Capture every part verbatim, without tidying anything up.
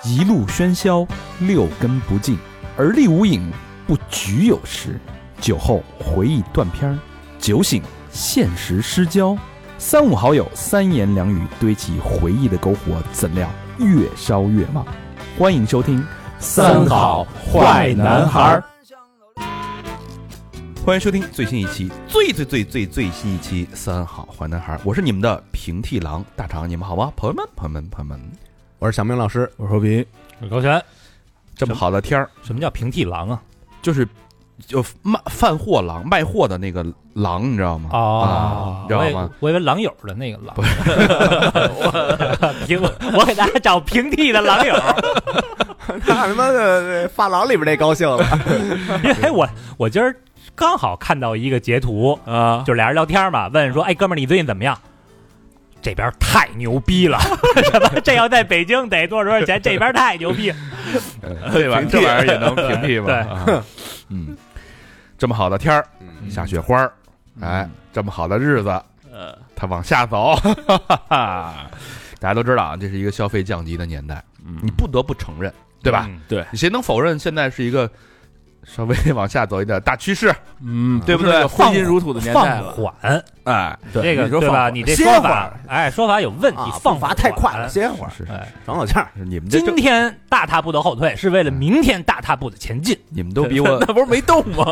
一路喧嚣，六根不净，而立无影，不局有时。酒后回忆断片，酒醒现实失焦。三五好友，三言两语堆起回忆的篝火，怎料越烧越旺。欢迎收听三好坏男孩。欢迎收听最新一期，最最最最最新一期三好坏男孩，我是你们的平替狼大肠，你们好吗？朋友们，朋友们，朋友们， 我是小明老师， 我是何平， 我是高璇。 这么好的天儿， 什么叫平替狼啊？ 就是就卖贩货狼，卖货的那个狼，你知道吗？ 哦， 啊、你知道吗？ 我以为狼友的那个狼。平，我给大家找平替的狼友。 那他妈的发廊里边那高兴了， 因为我我今儿刚好看到一个截图啊，就是俩人聊天嘛，问说，哎，哥们儿，你最近怎么样？这边太牛逼了，什么？这要在北京得多少多少钱？这边太牛逼了， 这玩意这玩意儿也能平替吗？ 对， 啊、嗯，这么好的天儿，下雪花儿，哎，这么好的日子，呃，它往下走，哈哈哈。大家都知道啊，这是一个消费降级的年代，嗯、你不得不承认，对吧？ 嗯、对， 你谁能否认现在是一个稍微往下走一点大趋势？ 嗯， 对不对？ 挥金如土的年代了， 放缓， 哎， 这个对吧？你这说法，哎，说法有问题， 啊、 放法太快了，歇会儿， 是是， 省口气儿。 你们这今天大踏步的后退，是为了明天大踏步的前进。 你们都比我那不是没动吗？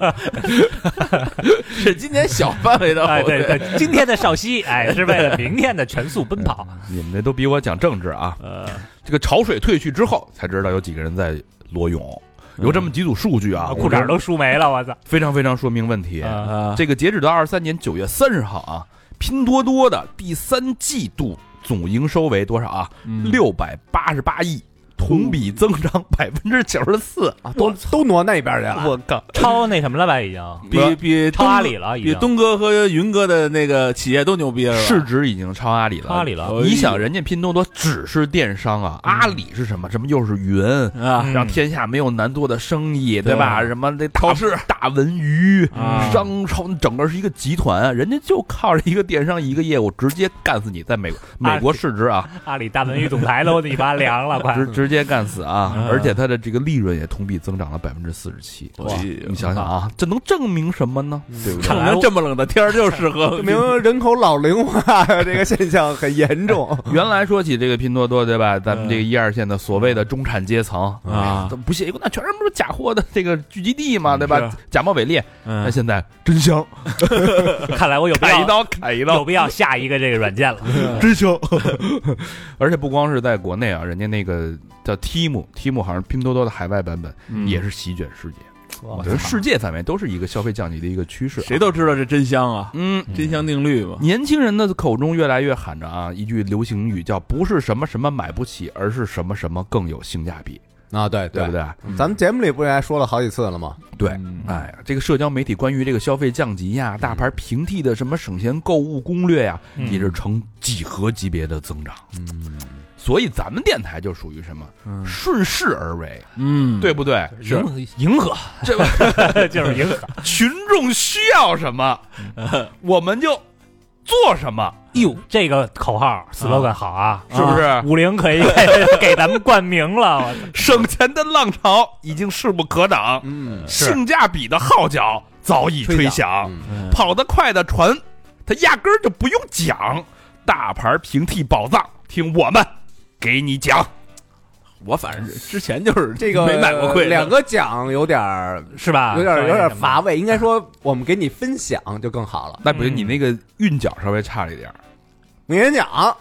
是今年小范围的后退。 哎，对对，今天的少息，哎，是为了明天的全速奔跑。 你们这都比我讲政治啊！呃，这个潮水退去之后，才知道有几个人在裸泳。有这么几组数据啊， 裤衩都输没了，我操！ 非常非常说明问题。 啊、 这个截止到二十三年九月三十号啊，拼多多的第三季度总营收为多少啊？六百八十八亿，同比增长百分之九十四啊，都都挪那边去了。 我靠， 超那什么了吧？已经比比超阿里了， 比东哥和云哥的那个企业都牛逼了， 市值已经超阿里了。 阿里了， 你想，人家拼多多只是电商啊，嗯、阿里是什么？什么又是云啊？让天下没有难做的生意，对吧？什么那超市、 大文娱、啊、商超，整个是一个集团，人家就靠着一个电商一个业务，直接干死你。在美国，美国市值啊， 阿里大文娱总裁都你妈凉了，快直直接干死啊！嗯、而且它的这个利润也同比增长了百分之四十七。你想想啊，这能证明什么呢？ 嗯、 对不对？ 证明这么冷的天就适合， 证明人口老龄化这个现象很严重。 原来说起这个拼多多，对吧？咱们这个一二线的所谓的中产阶层啊， 不屑一顾，那全是不是假货的这个聚集地嘛，对吧？假冒伪劣。那现在真香， 看来我有必要砍一刀，砍一刀， 有必要下一个这个软件了， 真香。而且不光是在国内啊，人家那个叫 Temu，Temu 好像拼多多的海外版本也是席卷世界。我觉得世界范围都是一个消费降级的一个趋势、啊， 谁都知道这真香啊， 嗯， 真香定律嘛。 年轻人的口中越来越喊着啊，一句流行语叫"不是什么什么买不起，而是什么什么更有性价比" 啊，对对不对？ 嗯、咱们节目里不是还说了好几次了吗？ 对，嗯、哎呀，这个社交媒体关于这个消费降级呀、大牌平替的什么省钱购物攻略呀，嗯、也是呈几何级别的增长。嗯。所以咱们电台就属于什么？嗯、顺势而为， 嗯， 对不对？ 是迎合， 这个就是迎合。 群众需要什么，嗯、我们就做什么。 哟，这个口号 slogan 好啊， 是不是？ 啊、五菱可以给咱们冠名了。 省钱的浪潮已经势不可挡， 嗯， 性价比的号角早已吹响，嗯、跑得快的船，它压根儿就不用讲。大牌平替宝藏，听我们。给你讲， 我反正之前就是这个没买过亏， 两个讲有点是吧？ 有点有点乏味，应该说我们给你分享就更好了。 那不行，你那个韵脚稍微差了一点。 名人奖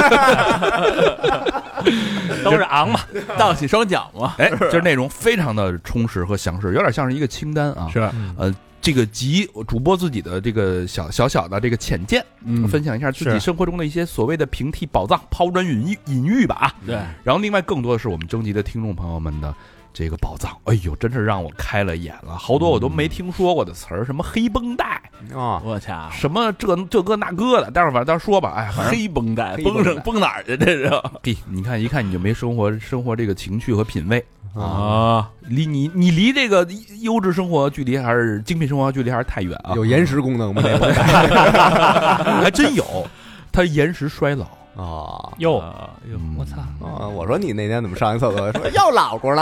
都是昂嘛， 倒起双桨嘛， 哎，就是内容非常的充实和详实，有点像是一个清单啊。 是， 呃。这个集主播自己的这个小小小的这个浅见，嗯，分享一下自己生活中的一些所谓的平替宝藏，抛砖引玉引玉吧啊。 对， 然后另外更多的是我们征集的听众朋友们的这个宝藏，哎呦，真是让我开了眼了，好多我都没听说过的词儿，什么黑绷带啊， 我操， 什么这这个那个的，待会儿反正到时候说吧，哎， 黑绷带绷上绷哪儿去？这是， 嘿，你看一看你就没生活生活这个情趣和品味。 啊， 离你你离这个优质生活距离还是精品生活距离还是太远啊！ 有延时功能吗？那个还真有，它延时衰老哦哟， 哟， 我操！ 哦，我说你那天怎么上一厕所说要老姑了？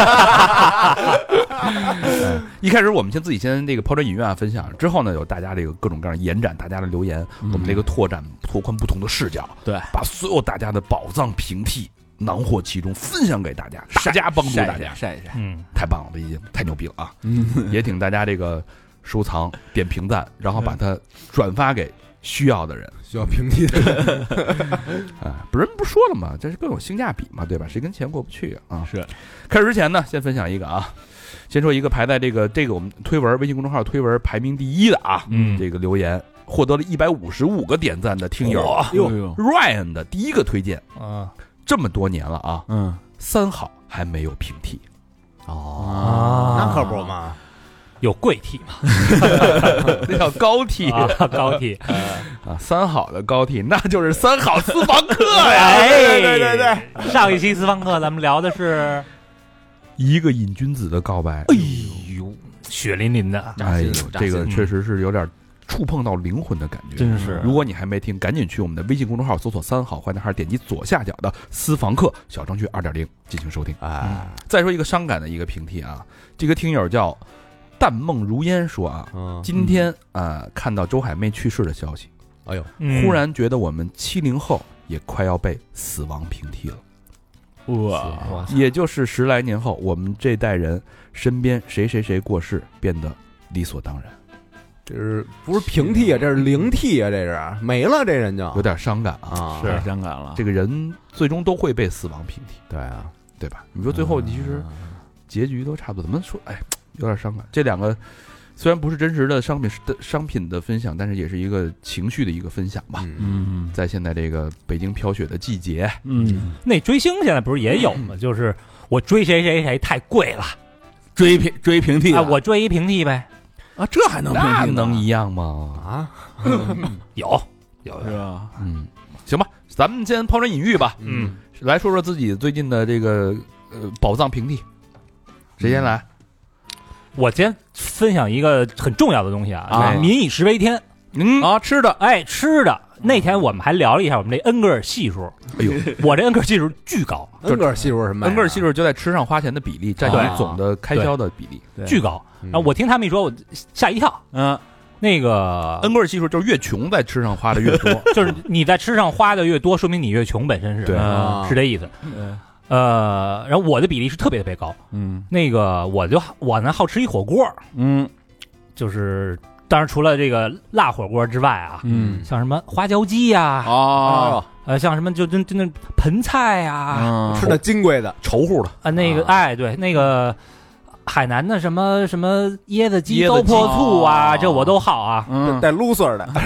一开始我们先自己先这个抛砖引玉啊，分享之后呢，有大家这个各种各样延展大家的留言， 嗯、 我们这个拓展拓宽不同的视角， 对， 把所有大家的宝藏平替囊获其中，分享给大家，大家帮助大家， 晒一晒， 嗯，太棒了，这已经太牛逼了啊！ 嗯， 也请大家这个收藏、点评赞，然后把它转发给需要的人。 需要平替的人， 啊，不是不说了吗？这是更有性价比嘛，对吧？谁跟钱过不去啊？啊， 是。 开始之前呢，先分享一个啊，先说一个排在这个这个我们推文微信公众号推文排名第一的啊，嗯，这个留言获得了一百五十五个点赞的听友， 哟 ，Ryan 的第一个推荐啊， 这么多年了啊， 嗯， 三好还没有平替， 哦，那可不嘛。 有贵替嘛？ 那叫高替啊，高替啊，三好的高替，那就是三好私房课呀！ 哎， 对对对对， 上一期私房课咱们聊的是一个瘾君子的告白。 哎呦，血淋淋的！ 哎呦，这个确实是有点触碰到灵魂的感觉， 真是。 如果你还没听，赶紧去我们的微信公众号搜索“三好坏男孩”，点击左下角的私房课小程序二点零进行收听。 哎， 再说一个伤感的一个平替啊，这个听友叫淡梦如烟说啊， 嗯、 今天啊、呃、看到周海媚去世的消息， 哎呦， 忽然觉得我们七零后也快要被死亡平替了。 哇， 也就是十来年后，我们这代人身边谁谁谁过世变得理所当然。 这是不是平替啊？这是零替啊！这是没了，这人就有点伤感啊， 是伤感了。 这个人最终都会被死亡平替， 对啊， 对吧？你说最后其实结局都差不多，怎么说？哎，有点伤感。这两个虽然不是真实的商品的商品的分享，但是也是一个情绪的一个分享吧。 嗯， 在现在这个北京飘雪的季节， 嗯， 那追星现在不是也有吗？就是我追谁谁谁太贵了， 追平追平替啊，我追一平替呗。 啊，这还能那能一样吗？ 啊， 有有是吧？ 嗯，行吧，咱们先抛砖引玉吧。 嗯， 来说说自己最近的这个呃宝藏平替，谁先来？ 我先分享一个很重要的东西啊， 啊民以食为天。 嗯啊，吃的， 哎，吃的。那天我们还聊了一下我们这恩格尔系数。 哎呦， 我这恩格尔系数巨高。 恩格尔系数是什么？ 恩格尔系数就在吃上花钱的比例占你总的开销的比例， 巨高。然后我听他们一说，我吓一跳。 嗯， 那个恩格尔系数就是越穷在吃上花的越多， 就是你在吃上花的越多，说明你越穷，本身是对， 是这意思。呃，然后我的比例是特别特别高。 嗯， 那个我就我呢好吃一火锅， 嗯， 就是当然除了这个辣火锅之外啊， 嗯， 像什么花椒鸡呀， 哦， 呃，像什么就就就那盆菜呀， 吃的金贵的、 稠乎的啊，那个哎对，那个海南的什么什么椰子鸡、糟粕醋啊，这我都好啊， 嗯， 带 loser 的。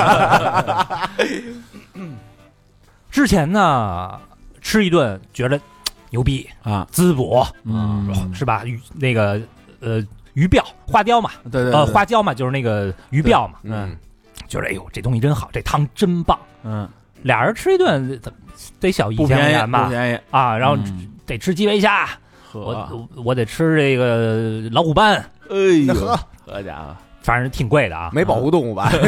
之前呢吃一顿觉得牛逼啊， 滋补， 嗯， 是吧？鱼那个呃鱼鳔花雕嘛， 对对， 呃花椒嘛，就是那个鱼鳔嘛， 嗯， 觉得哎呦这东西真好，这汤真棒， 嗯， 俩人吃一顿怎么得小一千块钱吧， 不便宜啊，然后得吃基围虾，我我得吃这个老虎斑， 哎呦，好家伙， 反正挺贵的啊， 没保护动物吧？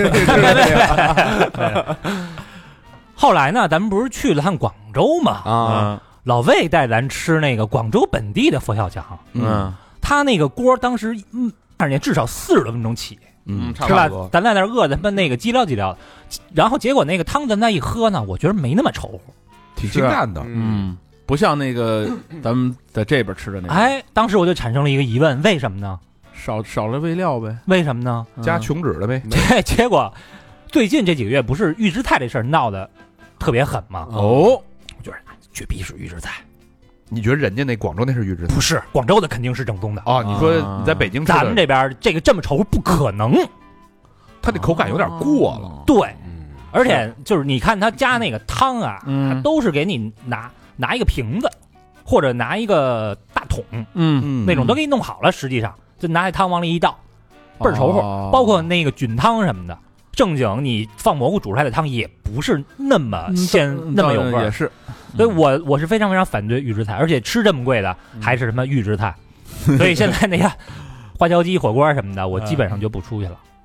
后来呢，咱们不是去了趟广州嘛？ 啊， 老魏带咱吃那个广州本地的佛跳墙， 嗯， 他那个锅当时嗯，二年至少四十多分钟起， 嗯， 是吧？咱在那儿饿的，奔那个叽撩叽撩的，然后结果那个汤咱再一喝呢，我觉得没那么稠乎， 挺清淡的， 嗯，不像那个咱们在这边吃的那个。 哎，当时我就产生了一个疑问，为什么呢？ 少少了味料呗？ 为什么呢？ 加琼脂了呗？ 结结果最近这几个月不是预制菜这事儿闹得特别狠吗？ 哦， 我觉得绝逼是预制菜。 你觉得人家那广州那是预制菜？ 不是，广州的肯定是正宗的。 哦，你说你在北京吃的， 咱们这边这个这么稠不可能， 它的口感有点过了。 对，而且就是你看他加那个汤啊， 嗯， 都是给你拿拿一个瓶子，或者拿一个大桶， 嗯， 那种都给你弄好了。实际上就拿那汤往里一倒，倍儿稠乎。包括那个菌汤什么的，正经你放蘑菇煮出来的汤也不是那么鲜，那么有味儿。 也是， 所以我我是非常非常反对预制菜，而且吃这么贵的还是什么预制菜。所以现在那个花椒鸡火锅什么的，我基本上就不出去了。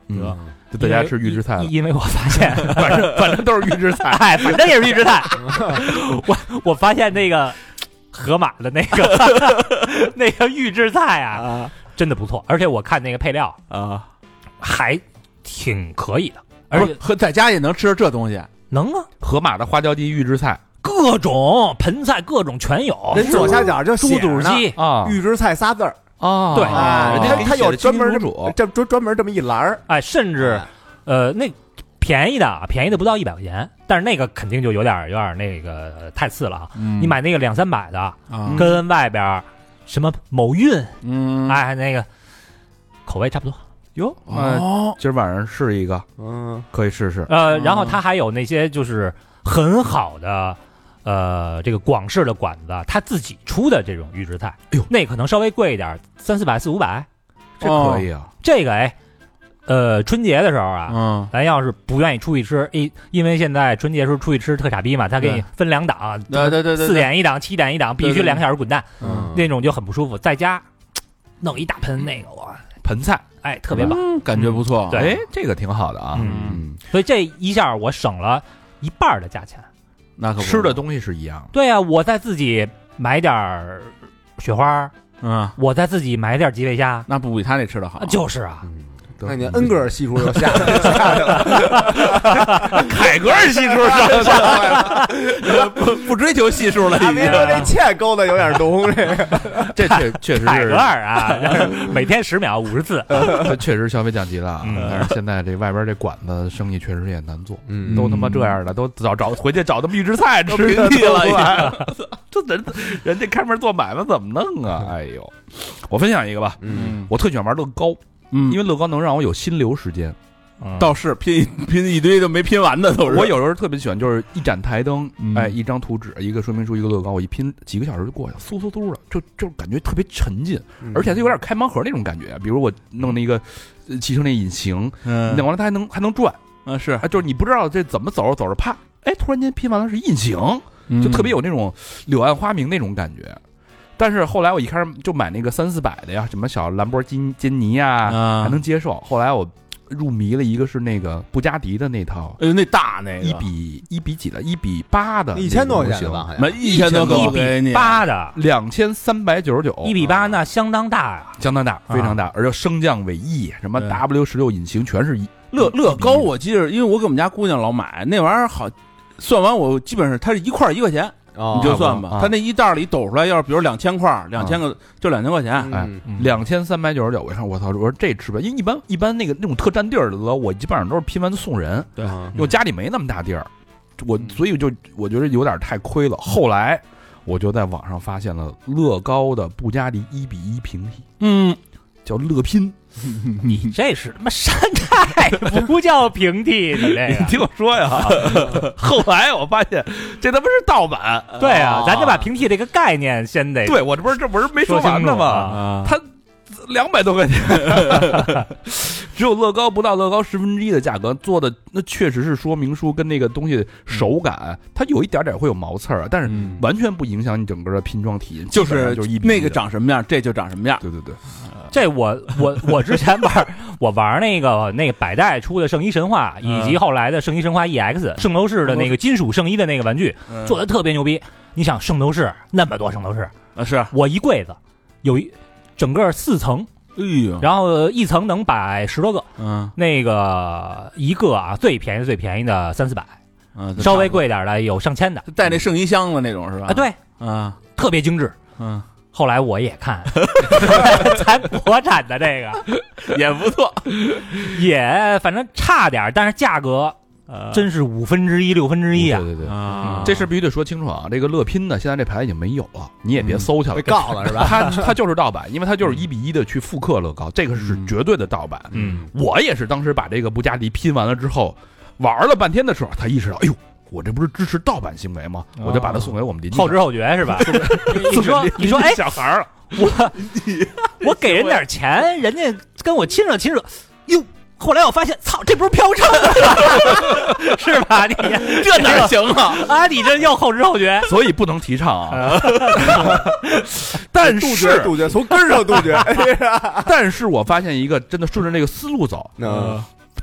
嗯，就在家吃预制菜了， 因为我发现， 反正反正都是预制菜， 哎，反正也是预制菜。我我发现那个河马的那个那个预制菜啊，啊真的不错，而且我看那个配料啊，还挺可以的，而且和在家也能吃这东西， 能啊， 河马的花椒鸡预制菜。 各种盆菜，各种全有。 人左下角就猪肚鸡啊，预制菜仨字儿啊， 对， 他他有专门这专专门这么一栏儿， 哎，甚至呃那便宜的便宜的不到一百块钱，但是那个肯定就有点有点那个太次了啊。你买那个两三百的，跟外边什么某韵，嗯，哎那个口味差不多。 哟，哦，今儿晚上试一个，嗯，可以试试。 呃，然后它还有那些就是很好的。呃，这个广式的馆子，他自己出的这种预制菜，哎呦，那可能稍微贵一点，三四百、四五百， 这可以啊。 哦、这个哎，呃，春节的时候啊，嗯，咱要是不愿意出去吃，因因为现在春节时候出去吃特傻逼嘛，他给你分两档， 对对对对， 四点一档，七点一档，必须两个小时滚蛋，嗯，那种就很不舒服。在家弄一大盆那个哇， 盆菜， 哎，特别棒， 嗯、感觉不错。 对， 哎，这个挺好的啊， 嗯，所以这一下我省了一半的价钱。 那可吃的东西是一样的。 对啊，我再自己买点雪花，嗯，我再自己买点鸡尾虾， 那不比他那吃的好。 就是啊， 嗯、那你恩格尔系数又下下去了， 凯格尔系数上上来了，不不追求系数了，已经。 别说这欠勾的有点东，这个这确确实是凯格尔啊，每天十秒五十次， 这确实消费降级了。嗯、但是现在这外边这馆子生意确实也难做，嗯、都他妈这样的，都找找回去找他们预制菜吃去了，这人人家开门做买卖怎么弄啊？哎呦，我分享一个吧，嗯，我特喜欢玩乐高。嗯，因为乐高能让我有心流时间， 嗯、倒是拼拼一堆就没拼完的都是。 我有时候特别喜欢，就是一盏台灯，嗯、哎，一张图纸，一个说明书，一个乐高，我一拼几个小时就过去了，嗖嗖嗖的，就就感觉特别沉浸，嗯、而且它有点开盲盒那种感觉。比如我弄那个汽车那引擎，嗯，弄完了它还能还能转， 啊是， 啊，就是你不知道这怎么走着走着，啪，哎，突然间拼完了是引擎，就特别有那种柳暗花明那种感觉。但是后来我一开始就买那个三四百的呀，什么小兰博基尼呀，啊、还能接受。后来我入迷了一个是那个布加迪的那套， 呃，那大那个一比一比几的，一比八的， 一千多块钱吧，好像一千多一比八的， 两千三百九十九， 一比八那相当大呀， 相当大，非常大，而且升降尾翼什么 W 十六引擎全是一乐乐高。我记得，因为我给我们家姑娘老买那玩意儿，好算完我基本上它是一块一块钱。你就算吧，他那一袋里抖出来，要是比如两千块，两千个就两千块钱， 哎，两千三百九十九。我看我操，我说这吃不，因为一般一般那个那种特占地儿的，我基本上都是拼完就送人， 对， 因为家里没那么大地儿，我所以就我觉得有点太亏了。后来我就在网上发现了乐高的布加迪一比一平替，嗯，叫乐拼。 你这是他妈山寨，不叫平替，你这个你听我说呀。后来我发现这他妈是盗版。 对啊，咱就把平替这个概念先得。 对，我这不是这不是没说完呢吗？啊、他两百多块钱，只有乐高不到乐高十分之一的价格做的，那确实是说明书跟那个东西手感，嗯、它有一点点会有毛刺儿，但是完全不影响你整个的拼装体验。 就是就是一那个长什么样，这就长什么样。 对对对。 这我我我之前玩我玩那个那个百代出的圣衣神话，以及后来的圣衣神话 E X 圣斗士的那个金属圣衣的那个玩具，做的特别牛逼。你想圣斗士那么多圣斗士啊，是我一柜子有一整个四层， 哎呦， 然后一层能摆十多个，嗯，那个一个啊最便宜最便宜的三四百，嗯，稍微贵点的有上千的， 带那圣衣箱子那种是吧？ 啊，对， 啊， 特别精致，嗯。后来我也看，咱国产的这个也不错， 也反正差点，但是价格真是五分之一、六分之一啊！ 对对对，啊、这事必须得说清楚啊！这个乐拼呢，现在这牌已经没有了，你也别搜去了， 被告了是吧？ 它它就是盗版，因为它就是一比一的去复刻乐高，这个是绝对的盗版。嗯，我也是当时把这个布加迪拼完了之后，玩了半天的时候，才意识到，哎呦。我这不是支持盗版行为吗？我就把它送给我们邻居。 后知后觉是吧？你说，你说，哎， 小孩儿， 我我给人点钱，人家跟我亲热亲热，哟。后来我发现，操，这不是嫖娼吗？是吧？你这哪行啊？ 啊，你这又后知后觉， 所以不能提倡啊。但是杜绝杜绝，从根上杜绝。 但是我发现一个真的顺着这个思路走， 嗯，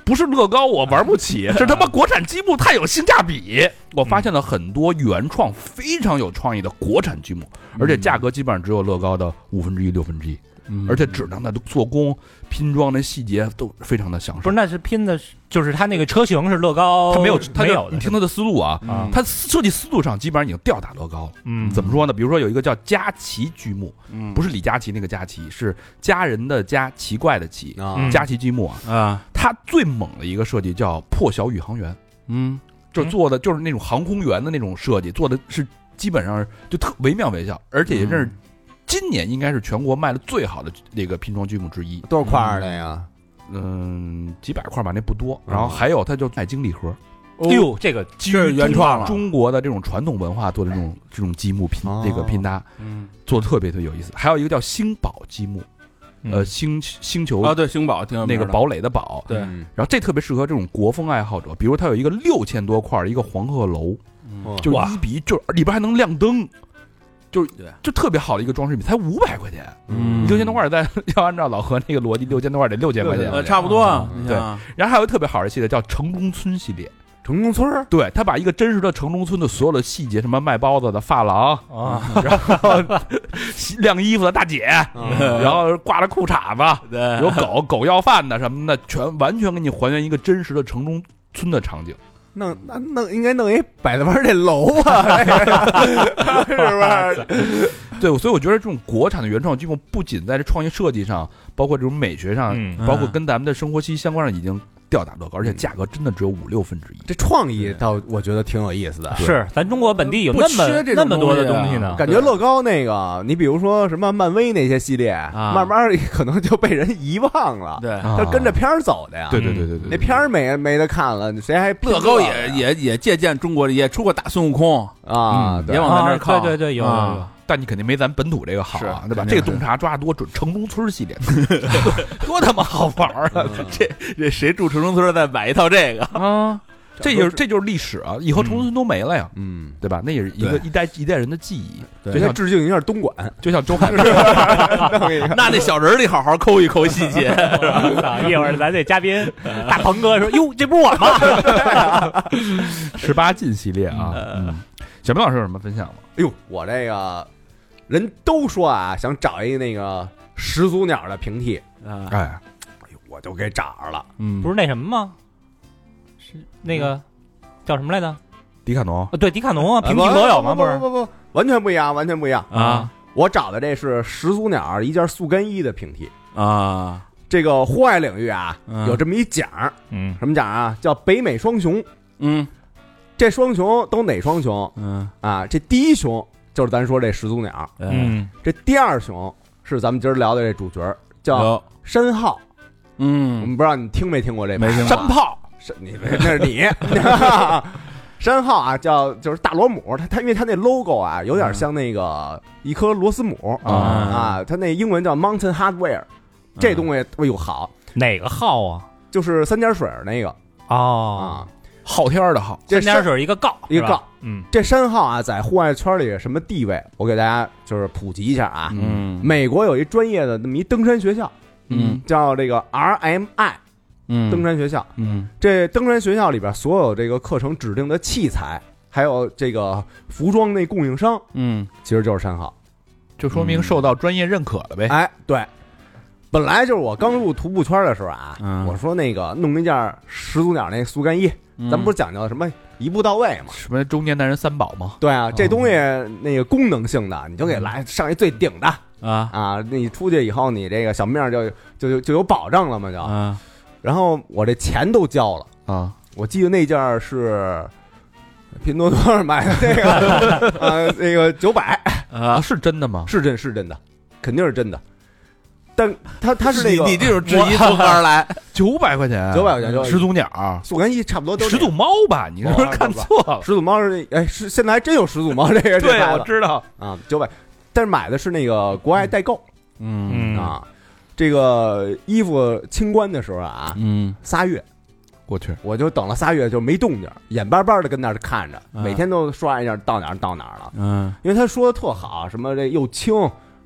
不是乐高我玩不起，是他妈国产积木太有性价比。我发现了很多原创非常有创意的国产积木，而且价格基本上只有乐高的五分之一、六分之一。嗯、而且质量的做工、拼装的细节都非常的享受。 不是，那是拼的，就是它那个车型是乐高， 它没有，它没有。 你听它的思路啊， 嗯、 它设计思路上基本上已经吊打乐高了。嗯，怎么说呢？比如说有一个叫佳奇积木，嗯，不是李佳琦那个佳琦，是家人的家，奇怪的奇，嗯、佳奇积木啊。啊，它最猛的一个设计叫破晓宇航员，嗯，就做的就是那种航空员的那种设计，做的是基本上就特惟妙惟肖，而且也是。今年应该是全国卖的最好的那个拼装积木之一， 多少块的呀？ 嗯，几百块吧，那不多。然后还有，它叫爱精礼盒。 哎呦，这个是原创了，中国的这种传统文化做的这种这种积木拼这个拼搭，嗯，做的特别特别有意思。还有一个叫星宝积木，呃，星星球啊，对，星宝那个堡垒的堡， 对。 然后这特别适合这种国风爱好者，比如它有一个六千多块一个黄鹤楼，就一比就里边还能亮灯。就就特别好的一个装饰品，才五百块钱，嗯，六千多块在要按照老何那个逻辑，六千多块得六千块钱， 呃，差不多啊。 对，然后还有特别好的系列叫城中村系列， 城中村， 对他把一个真实的城中村的所有的细节，什么卖包子的发廊啊，然后晾衣服的大姐，然后挂着裤衩子，有狗狗要饭的什么的，全完全给你还原一个真实的城中村的场景。 弄那弄应该弄一百子湾这楼啊，是不是？ 对，所以我觉得这种国产的原创积木，不仅在这创意设计上，包括这种美学上，嗯、包括跟咱们的生活息息相关上，已经吊打乐高，而且价格真的只有五六分之一。 这创意倒我觉得挺有意思的， 是咱中国本地有那么那么多的东西呢。 感觉乐高那个，你比如说什么漫威那些系列，啊、慢慢可能就被人遗忘了。 对， 他跟着片儿走的呀。 对对对对对， 那片儿没没得看了，谁还乐高也也也借鉴中国的，也出过打孙悟空啊， 也往咱这靠。 对对对，有有。 但你肯定没咱本土这个好啊，对吧？这个洞察抓多准，城中村系列多他妈好玩啊！ 这这谁住城中村再买一套这个啊？这就是这就是历史啊！以后城中村都没了呀，嗯，对吧？那也是一个一代一代人的记忆。 就像致敬一下东莞， 就像周海媚， 那那小人里好好抠一抠细节。 一会儿咱这嘉宾大鹏哥说：“哟，这不是我吗？” 十八禁系列啊，嗯，小明老师有什么分享吗？ 哎呦，我这个人都说啊，想找一个那个始祖鸟的平替啊，哎，哎呦，我就给找着了。 嗯，不是那什么吗？是那个叫什么来着？ 迪卡侬。 对，迪卡侬啊，平替都有吗？不是， 不不不，完全不一样，完全不一样啊！我找的这是始祖鸟一件速干衣的平替啊。这个户外领域啊，有这么一奖，嗯，什么奖啊？叫北美双雄，嗯。这双雄都哪双雄？嗯啊，这第一雄就是咱说这始祖鸟，嗯，这第二雄是咱们今儿聊的这主角叫山浩，嗯，我们不知道你听没听过这没听过山炮，山你那是你，山浩啊，叫就是大螺母，它它因为它那 logo 啊有点像那个一颗螺丝母啊啊，它那英文叫 Mountain Hardware， 这东西哎呦好， 哪个浩啊？ 就是三点水那个哦。 啊昊天的昊， 三点水一个告一个告，嗯，这山浩啊，在户外圈里什么地位？我给大家就是普及一下啊，嗯，美国有一专业的那么一登山学校，嗯，叫这个 R M I， 嗯，登山学校，嗯，这登山学校里边所有这个课程指定的器材，还有这个服装那供应商，嗯，其实就是山浩， 就说明受到专业认可了呗。 哎，对。本来就是我刚入徒步圈的时候啊，嗯、我说那个弄一件始祖鸟那速干衣，嗯、咱不是讲究什么一步到位吗？ 什么中年男人三宝吗？ 对啊，这东西那个功能性的，你就给来上一最顶的啊啊！你出去以后，你这个小命就就就有保障了嘛就。啊、然后我这钱都交了啊，我记得那件是拼多多上买的那个啊，那个九百啊，是真的吗？ 是真是真的，肯定是真的。但他他是那个你这种质疑从何而来？ 九百块钱， 九百块钱就始祖鸟、 速干衣差不多都始祖猫吧？你是不是看错了？ 始祖猫是哎是现在还真有始祖猫这个对，我知道啊，九百，但是买的是那个国外代购，嗯啊，这个衣服清关的时候啊，嗯，仨月， 我去， 我就等了仨月就没动静，眼巴巴的跟那儿看着，每天都刷一下到哪儿到哪儿了，嗯，因为他说的特好，什么这又轻。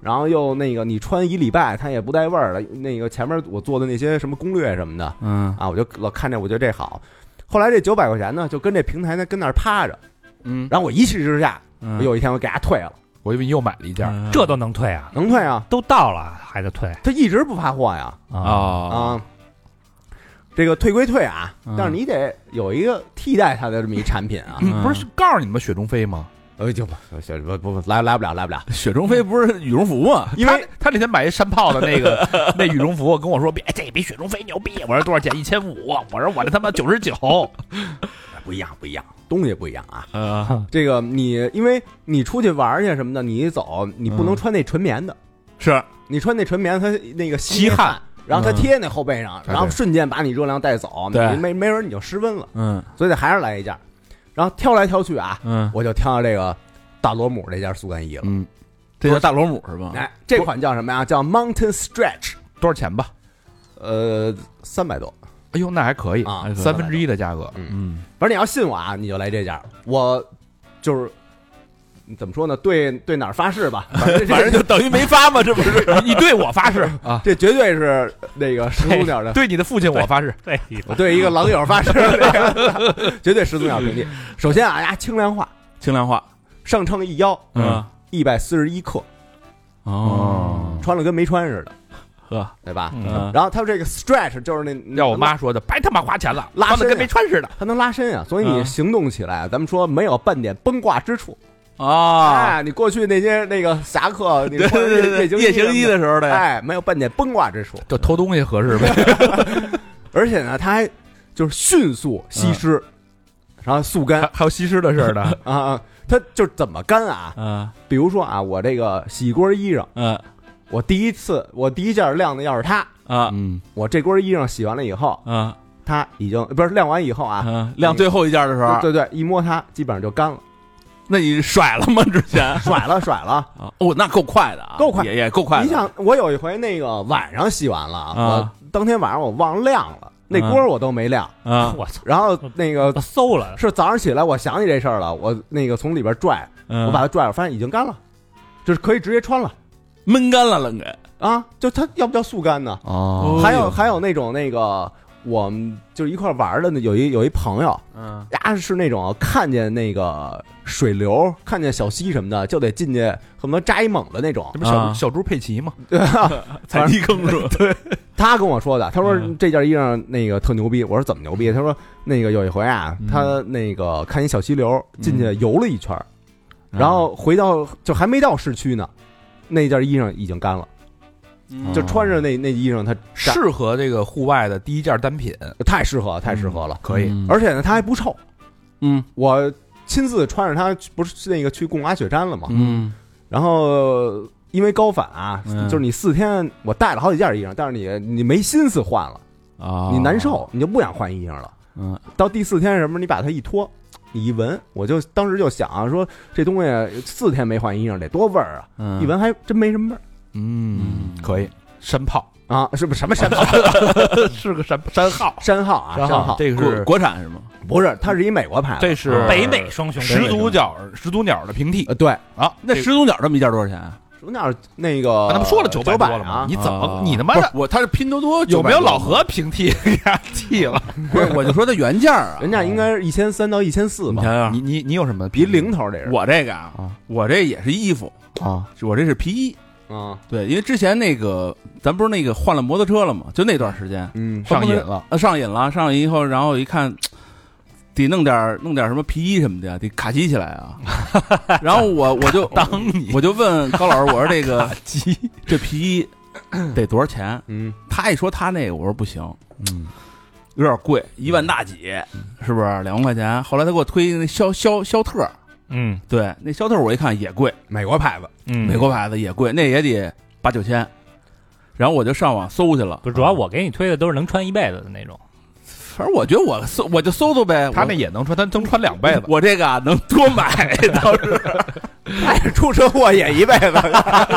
然后又那个你穿一礼拜它也不带味儿了。那个前面我做的那些什么攻略什么的，嗯啊，我就老看着我觉得这好。后来这九百块钱呢，就跟这平台呢跟那儿趴着，嗯，然后我一气之下，我有一天我给它退了。 我以为你又买了一件， 嗯、这都能退啊？ 能退啊， 都到了还得退。 他一直不发货呀，啊啊，这个退归退啊，但是你得有一个替代它的这么一产品啊。 嗯、不是告诉你们雪中飞吗？ 呃，就不不不不来来不了来不了。 雪中飞不是羽绒服吗？ 因为他那天买一山炮的那个那羽绒服，跟我说，别这比雪中飞牛逼。我说多少钱？一千五。我说我这他妈九十九。 不一样，不一样，东西不一样啊。呃，这个你，因为你出去玩去什么的，你一走，你不能穿那纯棉的， 嗯、是你穿那纯棉，它那个吸汗，然后它贴那后背上，嗯、然后瞬间把你热量带走， 对， 没没准你就失温了。 嗯， 所以得还是来一件。然后挑来挑去啊，嗯，我就挑到这个大罗姆这件速干衣了。 嗯，这叫大罗姆是吧？ 哎，这款叫什么呀？叫 Mountain Stretch， 多少钱吧？ 呃，三百多。 哎呦，那还可以啊， 三分之一的价格。 嗯嗯，反正你要信我啊，你就来这件。我就是怎么说呢？对对哪儿发誓吧， 反正反正就等于没发嘛，这不是？ 你对我发誓啊， 这绝对是那个始祖鸟的。 对你的父亲我发誓， 对， 我对一个狼友发誓，绝对始祖鸟平地。首先啊，呀，轻量化， 轻量化， 上称一腰， 嗯， 一百四十一克， 哦， 穿了跟没穿似的。 呵， 对吧？ 嗯， 然后它这个 stretch 就是那让我妈说的，白他妈花钱了， 拉伸跟没穿似的， 它能拉伸啊，所以你行动起来，咱们说没有半点崩挂之处啊。 哎，你过去那些那个侠客，你穿夜行衣的时候的， 哎，没有半点崩挂之处， 就偷东西合适呗。 而且呢，它还就是迅速吸湿，然后速干， 还有吸湿的事呢啊。它就是怎么干啊？ 嗯， 比如说啊，我这个洗锅衣裳， 嗯。 我第一次，我第一件晾的要是它啊， 嗯，我这锅衣裳洗完了以后， 啊， 它已经不是晾完以后啊， 嗯、晾最后一件的时候， 对对，一摸它基本上就干了。 那你甩了吗？之前甩了，甩了啊！哦，那够快的啊， 够快， 也也够快的。 你想，我有一回那个晚上洗完了，啊、我当天晚上我忘了晾了，那锅我都没晾啊， 我操！ 然后那个馊了， 是早上起来我想起这事儿了，我那个从里边拽， 嗯、 我把它拽了，发现已经干了，就是可以直接穿了， 闷干了了给。 啊，就它要不叫速干呢？ 哦， 还有还有那种那个，我们就是一块玩的，有一有一朋友， 嗯， 呀是那种看见那个水流，看见小溪什么的，就得进去，恨不得扎一猛的那种。 这不小、啊、小猪佩奇吗？ 对啊， 踩地坑是吧？ 对，他跟我说的，他说这件衣裳那个特牛逼。我说怎么牛逼？他说那个有一回啊，他那个看一小溪流进去游了一圈， 嗯、 然后回到就还没到市区呢，那件衣裳已经干了。就穿着那那衣裳，它适合这个户外的第一件单品， 太适合，太适合了， 嗯、可以。 而且呢，它还不臭。 嗯， 我亲自穿着它，不是那个去贡嘎雪山了吗？ 嗯， 然后因为高反啊， 嗯、 就是你四天，我带了好几件衣裳，但是你你没心思换了啊， 你难受，你就不想换衣裳了。 嗯， 到第四天什么，你把它一脱，你一闻，我就当时就想啊，说这东西四天没换衣裳得多味儿啊！ 嗯、 一闻还真没什么味儿。 嗯，可以。山炮啊，是不是什么山炮？ 是个山山号， 山号啊，山号。 这个是国产是吗？ 不是，它是一美国牌子。 这是北美双雄始祖鸟，始祖鸟的平替。 呃，对啊， 那始祖鸟这么一件多少钱啊？ 始祖鸟那个， 他们说了九百多了啊？ 你怎么你他妈的我他是拼多多有没有老何平替给他替了？ 不是，我就说它原价啊， 原价应该是一千三到一千四吧。 你你你有什么比零头这是？ 我这个啊，我这也是衣服啊， 我这是皮衣。 啊， 对，因为之前那个咱不是那个换了摩托车了嘛，就那段时间， 嗯， 上瘾了， 啊，上瘾了，上瘾以后，然后一看，得弄点弄点什么皮衣什么的，得卡其起来啊。然后我我就当你我就问高老师，我说这个这皮衣得多少钱？ 嗯， 他一说他那个，我说不行，嗯，有点贵，一万大几，是不是两万块钱？后来他给我推那肖肖肖特。 嗯， 对，那肖特我一看也贵， 美国牌子， 嗯， 美国牌子也贵，那也得八九千。然后我就上网搜去了， 不是，主要我给你推的都是能穿一辈子的那种。 反正我觉得我搜我就搜搜呗， 他那也能穿，他能穿两辈子。 我这个啊能多买倒是， 哎，出车祸也一辈子，是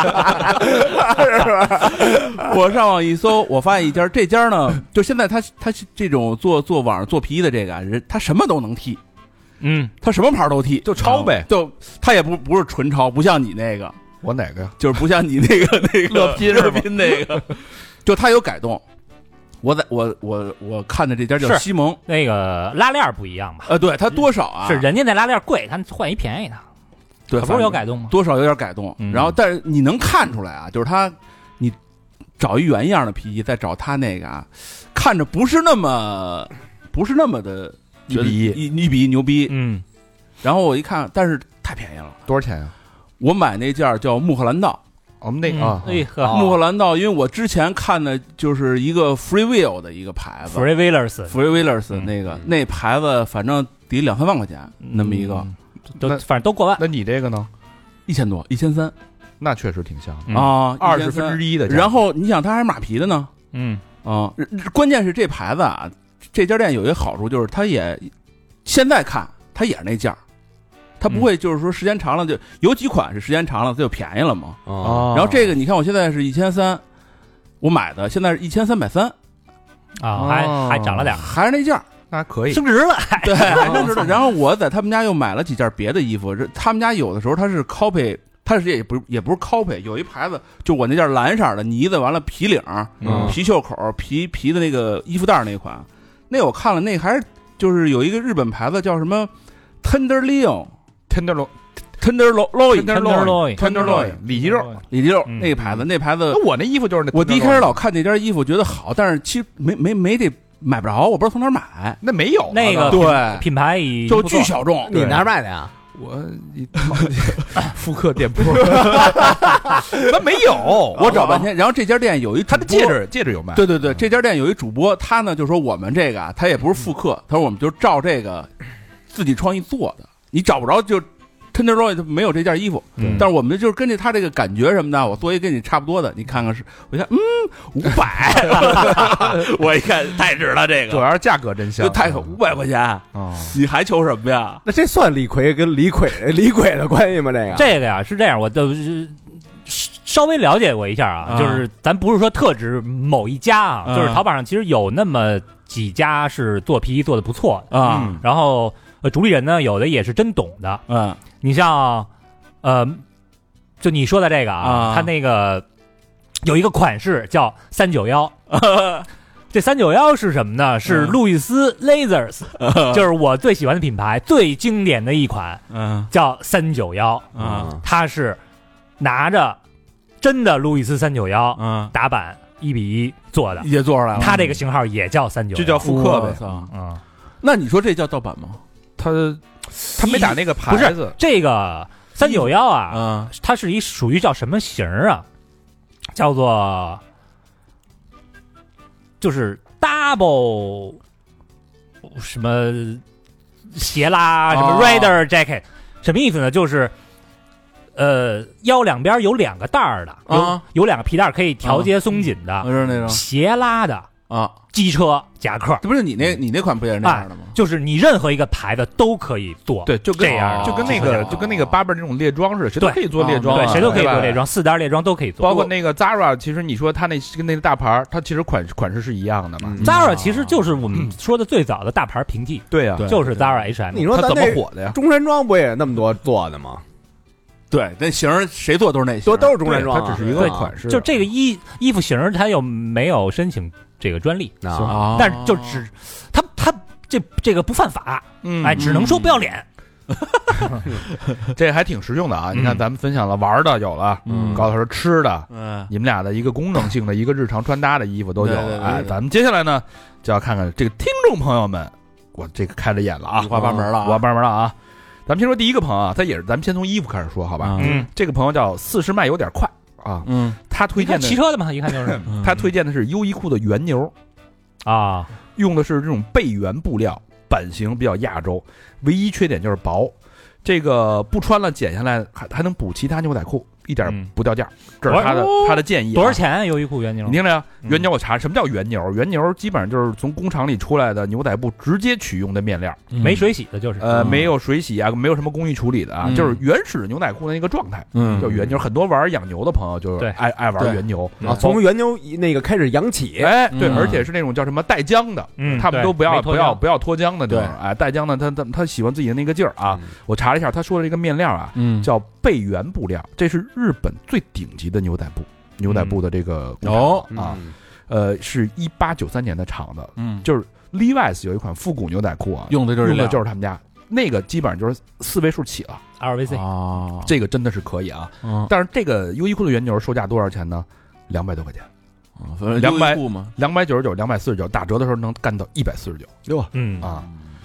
吧？ 我上网一搜，我发现一家，这家呢，就现在他他这种做做网上做皮衣的这个人，他什么都能替。 嗯， 他什么牌都替， 就抄呗， 就他也不不是纯抄，不像你那个， 我哪个呀？ 就是不像你那个那个乐拼乐拼那个，就它有改动。我在我我我看的这家叫西蒙， 那个拉链不一样吧？ 呃，对，它多少啊？ 是人家那拉链贵，他换一便宜的。 对， 不是有改动吗？ 多少有点改动。 嗯、 然后，但是你能看出来啊，就是他，你找一原样的皮衣，再找他那个啊，看着不是那么不是那么的一比一， 一一比一牛逼。 嗯。 然后我一看，但是太便宜了， 多少钱呀、啊？ 我买那件叫穆赫兰道。 我们那个啊， 哎呵， 穆赫兰道，因为我之前看的就是一个 Free Will 的一个牌子 ，Free Willers，Free Willers 那个、嗯、那牌子，反正得两三万块钱，那么一个， 都反正都过万。 那你这个呢？ 一千多，一千三， 那确实挺像的、 嗯、啊， 二十分之一的。 然后你想，它还是马皮的呢， 嗯啊，关键是这牌子啊，这家店有一个好处就是它也现在看它也是那价。它不会就是说时间长了就有几款是时间长了它就便宜了嘛， 哦、 然后这个你看我现在是一千三，我买的现在是一千三百三， 啊，还还涨了点， 还是那件， 那可以升值了， 对，还升值了。然后我在他们家又买了几件别的衣服，他们家有的时候它是 copy， 它是也不是也不是 copy， 有一牌子就我那件蓝色的呢子，完了皮领、 嗯、 皮袖口、皮皮的那个衣服带那款，那我看了那还是就是有一个日本牌子叫什么 Tenderloin。Tenderloin Tenderloin，Tenderloin，Tenderloin，里脊肉， 里脊肉那个牌子，那牌子， 我那衣服就是那。 我第一开始老看这件衣服，觉得好，但是其实没没没得买不着，我不知道从哪儿买。 那没有那个对品牌已就巨小众。 你哪儿买的呀？ 我复刻店铺，那没有， 我找半天。然后这家店有一他的戒指，戒指有卖。 对对对，这家店有一主播，他呢就说我们这个啊，他也不是复刻，他说我们就照这个自己创意做的。你找不着就 Tenderloin 没有这件衣服、嗯，但是我们就是跟着他这个感觉什么的，我做一跟你差不多的，你看看是，我一看，嗯，五百，我一看太值了，这个主要是价格真香， 太五百块钱哦，你还求什么呀？ 那这算李逵跟李逵李鬼的关系吗？这个这个呀是这样，我都稍微了解过一下啊，啊就是咱不是说特指某一家啊，啊就是淘宝上其实有那么几家是做皮衣做的不错的啊、 嗯，然后。呃，主理人呢，有的也是真懂的。 嗯， 你像，呃，就你说的这个啊，啊他那个有一个款式叫三九幺，这三九幺是什么呢？是路易斯 Lasers，、嗯、就是我最喜欢的品牌，最经典的一款， 嗯， 叫三九幺。 嗯， 它是拿着真的路易斯三九幺， 嗯， 打版一比一做的， 也做出来了。 它这个型号也叫三九幺， 就叫复刻呗。 嗯，那你说这叫盗版吗？ 他他没打那个牌子， 不是这个三九幺啊， 嗯， 它是一属于叫什么型啊？叫做就是 double 什么斜拉、哦、什么 rider jacket， 什么意思呢？就是呃腰两边有两个带儿的，有、啊、有两个皮带可以调节松紧的， 是那种斜拉的啊。 机车夹克， 这不是你那，你那款不也是那样的吗？ 啊、就是你任何一个牌子都可以做， 对，就跟这样， 就跟那个，就跟那个八倍那种猎装似的，谁都可以做猎装， 对，谁都可以做猎装，四单猎装都可以做。 包括那个 Zara， 其实你说它那跟那个大牌，它其实款款式是一样的嘛。 嗯、Zara 其实就是我们说的最早的大牌平替， 对呀、 啊，就是 Zara H M。 你说它怎么火的呀？ 中山装不也那么多做的吗？ 对，那型谁做都是那型， 都都是中山装， 它只是一个款式。 就这个衣衣服型，它又没有申请这个专利， 啊、 但是就只它它这这个不犯法， 嗯， 哎，只能说不要脸。 这还挺实用的啊！你看，咱们分享了玩的有了， 嗯， 高老师吃的， 嗯， 你们俩的一个功能性的一个日常穿搭的衣服都有了。哎，咱们接下来呢，就要看看这个听众朋友们，我这个开了眼了啊， 五花八门了， 五花八门了啊！咱们先说第一个朋友啊，他也是，咱们先从衣服开始说，好吧？ 嗯， 这个朋友叫四十迈有点快啊， 嗯， 他推荐的骑车的嘛，一看就是， 他推荐的是优衣库的原牛啊， 用的是这种倍原布料，版型比较亚洲，唯一缺点就是薄，这个不穿了剪下来还还能补其他牛仔裤，一点不掉价，嗯、这是他的他的建议、啊。 多少钱啊？优衣库原牛？ 你听着呀，原牛我查什么叫原牛？原牛基本上就是从工厂里出来的牛仔布直接取用的面料， 嗯、没水洗的，就是呃、嗯、没有水洗啊，没有什么工艺处理的啊， 嗯、 就是原始牛仔裤的那个状态， 嗯， 叫原牛。很多玩养牛的朋友就是爱爱玩原牛啊，从原牛那个开始养起， 哎，对，嗯、而且是那种叫什么带浆的， 嗯， 他们都不要不要不要脱浆的， 对， 哎，带浆的他他他喜欢自己的那个劲儿啊。我查了一下，他说的这个面料啊， 嗯， 叫倍原布料，这是日本最顶级的牛仔布，牛仔布的这个哦啊，呃，是一八九三年的厂的， 嗯， 就是 Levi's 有一款复古牛仔裤啊， 用的就是用的就是他们家那个，基本上就是四位数起了 ，L V C 啊， 这个真的是可以啊。 嗯， 但是这个优衣库的原牛售价多少钱呢？两百多块钱。 两百嘛， 两百九十九，两百四十九，打折的时候能干到一百四十九， 哟， 嗯啊。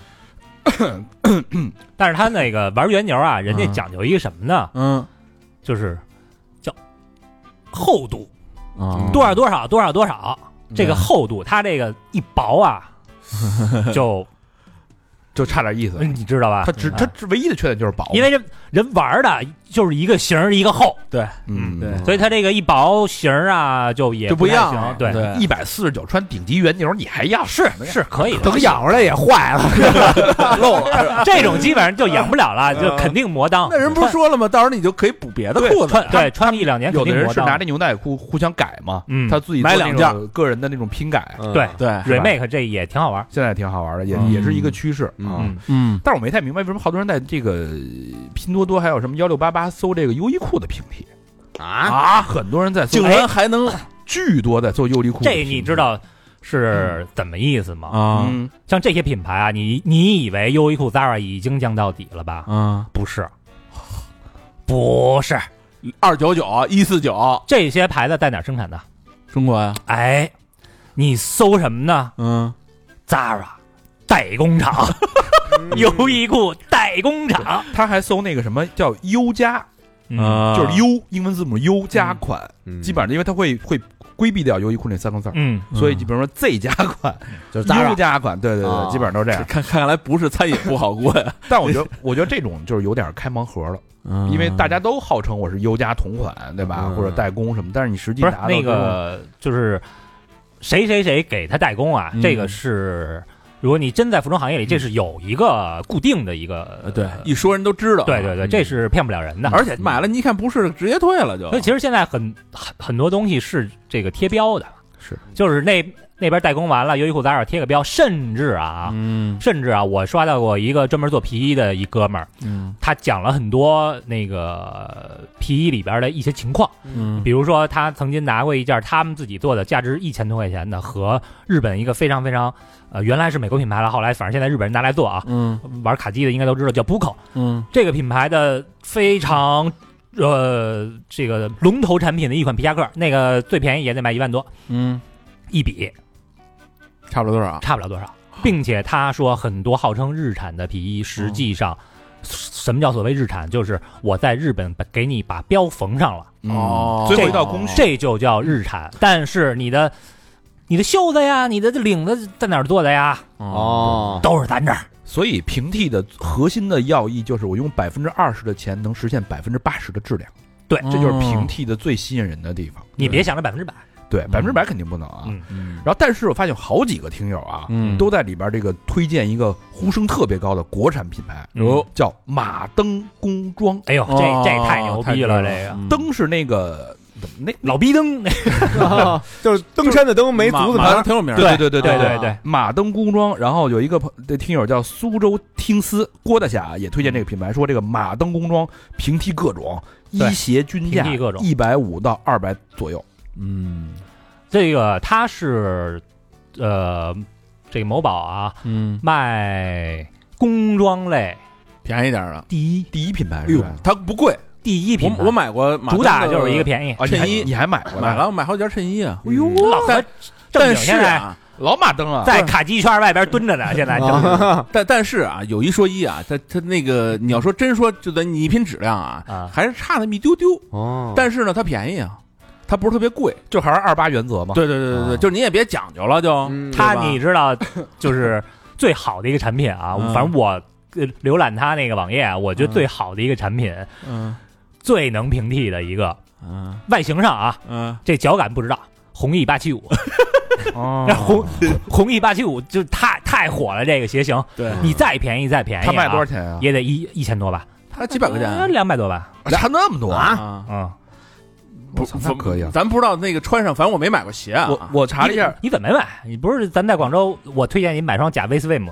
但是他那个玩原牛啊，人家讲究一个什么呢？ 嗯， 就是叫厚度啊， 多少多少多少多少，这个厚度，它这个一薄啊，就就差点意思， 你知道吧？ 它只它只唯一的缺点就是薄， 因为人人玩的就是一个型儿一个厚， 对， 嗯对， 所以它这个一薄型儿啊，就也就不一样了。 对， 一百四十九穿顶级原牛，你还要是是可以的， 等养出来也坏了，漏了。 这种基本上就养不了了，就肯定磨裆。 那人不是说了吗？到时候你就可以补别的裤子， 穿对穿一两年。 有的人是拿这牛仔裤互相改嘛，嗯，他自己买两件个人的那种拼改， 对对 ，remake 这也挺好玩， 现在挺好玩的，也也是一个趋势啊。 嗯， 但是我没太明白为什么好多人在这个拼多多还有什么幺六八八搜这个优衣库的平替啊啊，很多人在搜， 竟然还能巨多在做优衣库。 这你知道是怎么意思吗？ 啊， 像这些品牌啊，你你以为优衣库、Zara 已经降到底了吧？ 啊， 不是，不是， 二九九、一四九这些牌子在哪生产的？ 中国呀？ 哎，你搜什么呢？ 嗯 ，Zara 代工厂。优衣库代工厂， 他还搜那个什么叫优加， 嗯， 就是优英文字母优加款， 嗯、 基本上因为它会会规避掉优衣库那三个字， 嗯， 所以比如说 Z 加款就是优加款，对对对， 哦、 基本上都是这样。 看看来不是餐饮不好过呀， 但我觉得我觉得这种就是有点开盲盒了， 嗯、 因为大家都号称我是优加同款，对吧？ 嗯、 或者代工什么，但是你实际不是拿到那个就是谁谁谁给他代工啊， 嗯、 这个是。如果你真在服装行业里，这是有一个固定的一个， 呃、对，一说人都知道。 对对对，这是骗不了人的。 而且买了你一看不是，直接退了就。 所以其实现在很很很多东西是这个贴标的， 是就是那那边代工完了，优衣库、Zara贴个标，甚至啊， 嗯， 甚至啊，我刷到过一个专门做皮衣的一哥们儿， 嗯， 他讲了很多那个皮衣里边的一些情况， 嗯， 比如说他曾经拿过一件他们自己做的，价值一千多块钱的，和日本一个非常非常。呃，原来是美国品牌了，后来反正现在日本人拿来做啊， 嗯， 玩卡机的应该都知道叫 Buco， 嗯， 这个品牌的非常呃这个龙头产品的一款皮夹克，那个最便宜也得卖一万多， 嗯， 一比差不了多少， 差不了多少，并且他说很多号称日产的皮衣，实际上、嗯、什么叫所谓日产，就是我在日本给你把标缝上了， 哦， 最后一道工序， 这就叫日产，但是你的。你的袖子呀，你的领子在哪儿做的呀？ 哦， 都是咱这儿。 所以平替的核心的要义就是我用百分之二十的钱能实现百分之八十的质量。 对， 这就是平替的最吸引人的地方。 你别想着百分之百， 对，百分之百肯定不能啊。 嗯嗯。然后，但是我发现好几个听友啊，嗯，都在里边这个推荐一个呼声特别高的国产品牌， 哦， 叫马登工装。 哎呦，这这太牛逼了！这个登是那个。那老逼登， 就是登山的登，没足的马，挺有名。 对对对对对对， 马登工装。然后有一个听友叫苏州听思郭大侠也推荐这个品牌，说这个马登工装平替各种，衣鞋均价一百五到二百左右。 嗯， 这个它是呃，这个某宝啊， 嗯， 卖工装类便宜点的， 第一第一品牌， 哎呦，它不贵。 第一品牌， 我我买过， 主打就是一个便宜衬衣， 你还买过？ 买了，买好几件衬衣啊！ 哎呦， 但但是啊， 老马登啊， 在卡机圈外边蹲着呢，现在。 但但是啊，有一说一啊，他他那个你要说真说，就咱你一品质量啊，还是差那么一丢丢哦。 但是呢，它便宜啊，它不是特别贵， 就还是二八原则嘛。 对对对对对，就是你也别讲究了，就它你知道，就是最好的一个产品啊，反正我浏览它那个网页啊，我觉得最好的一个产品， 嗯。 最能平替的一个， 嗯， 外形上啊， 嗯， 这脚感不知道，弘毅八七五， 哦， 弘弘毅八七五就太太火了，这个鞋型， 对， 你再便宜再便宜， 它卖多少钱啊？ 也得一一千多吧， 它几百块钱， 两百多吧， 差那么多啊？ 嗯， 不，那可以啊， 咱不知道那个穿上，反正我没买过鞋啊。 我我查了一下， 你怎么没买？你不是咱在广州，我推荐你买双假 V Swim。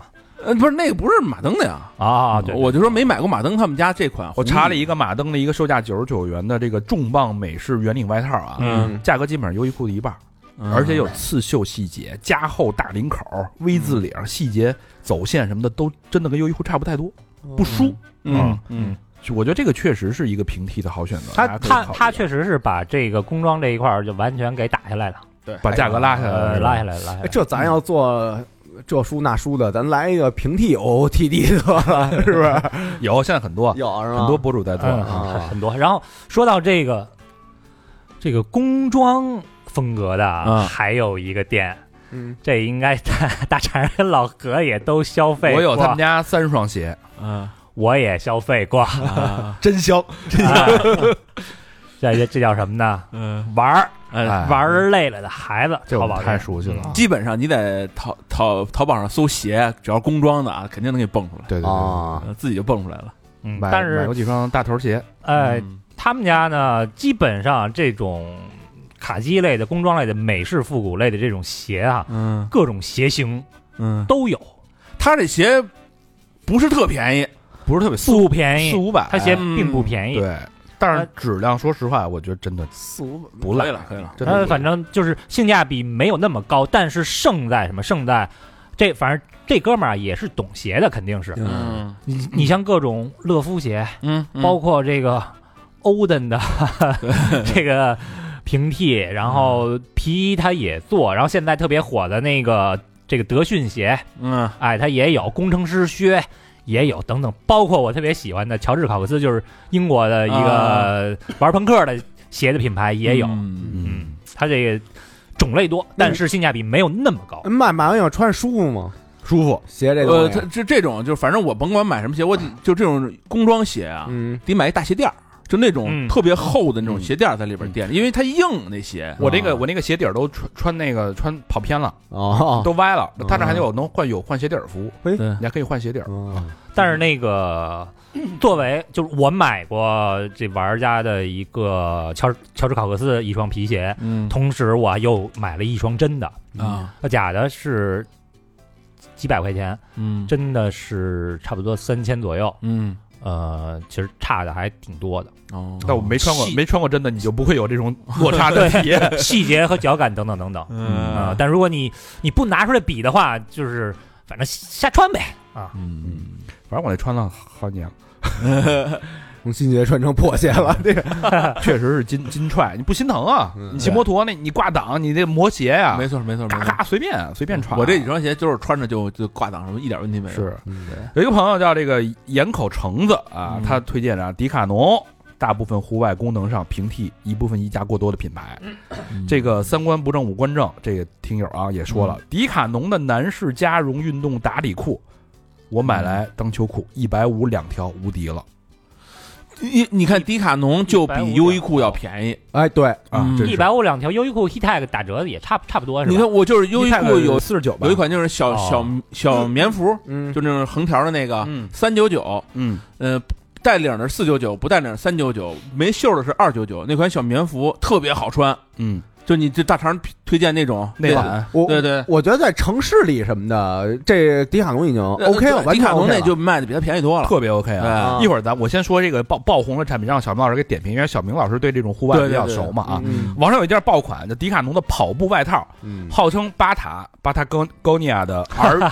呃，不是那个不是马登的呀啊，对， 我就说没买过马登他们家这款。 我查了一个马登的一个售价九十九元的这个重磅美式圆领外套啊，嗯，价格基本上优衣库的一半。而且有刺绣细节，加厚大领口、V 字领，细节走线什么的都真的跟优衣库差不太多，不输。 嗯嗯， 我觉得这个确实是一个平替的好选择。 他他他确实是把这个工装这一块就完全给打下来了， 对， 把价格拉下来了， 拉下来拉下来。 这咱要做这书那书的，咱来一个平替 O O T D 的，是不是？ 有，现在很多有是吧？ 很多博主在做很多。然后说到这个这个工装风格的，嗯、还有一个店，嗯，这应该大大肠跟老何也都消费过。 我有他们家三双鞋， 嗯，我也消费过， 啊、真香，真香。 这这叫什么呢？嗯，玩儿，哎、玩儿累了的孩子， 这我太熟悉了。 基本上你在淘淘淘宝上搜鞋，只要工装的啊，肯定能给蹦出来。 对对对， 啊、 自己就蹦出来了。 嗯， 买但是买过几双大头鞋， 哎、嗯，他们家呢，基本上这种。卡其类的、工装类的、美式复古类的这种鞋啊，嗯，各种鞋型，嗯，都有。 他这鞋不是特便宜， 不是特别不便宜， 四五百， 他鞋并不便宜。 对，但是质量，说实话，我觉得真的四五百不赖了，可以了。 它反正就是性价比没有那么高，但是胜在什么？胜在这，反正这哥们儿也是懂鞋的，肯定是。嗯，你你像各种乐福鞋，嗯，包括这个欧登的这个。平替，然后皮衣它也做，然后现在特别火的那个这个德训鞋，嗯，哎，它也有工程师靴，也有等等，包括我特别喜欢的乔治考克斯，就是英国的一个玩朋克的鞋的品牌也有，嗯嗯，它这个种类多，但是性价比没有那么高。 买买完以后穿舒服吗？ 舒服， 鞋这个呃，这这种就反正我甭管买什么鞋，我就这种工装鞋啊，嗯，得买一大鞋垫儿。就那种特别厚的那种鞋垫在里边垫，因为它硬那鞋。 我那个我那个鞋底儿都穿穿那个穿跑偏了，哦，都歪了。它这还有能换有换鞋底儿服务，对，你还可以换鞋底儿。 但是那个作为就是我买过这玩家的一个乔乔治考克斯的一双皮鞋，嗯，同时我又买了一双真的啊，假的是几百块钱，嗯，真的是差不多三千左右，嗯。呃，其实差的还挺多的哦。但我没穿过，没穿过真的，你就不会有这种落差的体验， 细节和脚感等等等等。嗯、呃，但如果你你不拿出来比的话，就是反正瞎穿呗啊。 嗯，反正我那穿了好几年了。 从新鞋穿成破鞋了，这个确实是金金踹，你不心疼啊？你骑摩托那你挂档，你那磨鞋呀， 没错没错， 嘎嘎随便随便穿。 我这几双鞋就是穿着就就挂档什么一点问题没有。 是，有一个朋友叫这个盐口橙子啊，他推荐啊迪卡侬，大部分户外功能上平替一部分溢价过多的品牌。这个三观不正五官正，这个听友啊也说了，迪卡侬的男士加绒运动打底裤，我买来当秋裤，一百五两条无敌了。 你你看迪卡侬就比优衣库要便宜， 哎，对啊，一百五两条，优衣库 Heattech 打折也差差不多是吧？ 你看我就是优衣库有四十九， 有一款就是小小小棉服，嗯，就那种横条的那个，三九九，嗯，呃，带领的四九九，不带领三九九，没袖的是二九九，那款小棉服特别好穿，嗯。就你这大肠推荐那种内胆， 对对， 我觉得在城市里什么的，这迪卡侬已经 OK 了， 迪卡侬那就卖的比它便宜多了， 特别 OK 啊！一会儿咱我先说这个爆爆红的产品，让小明老师给点评，因为小明老师对这种户外比较熟嘛啊。网上有一件爆款，就迪卡侬的跑步外套，号称巴塔巴塔高高尼亚的 R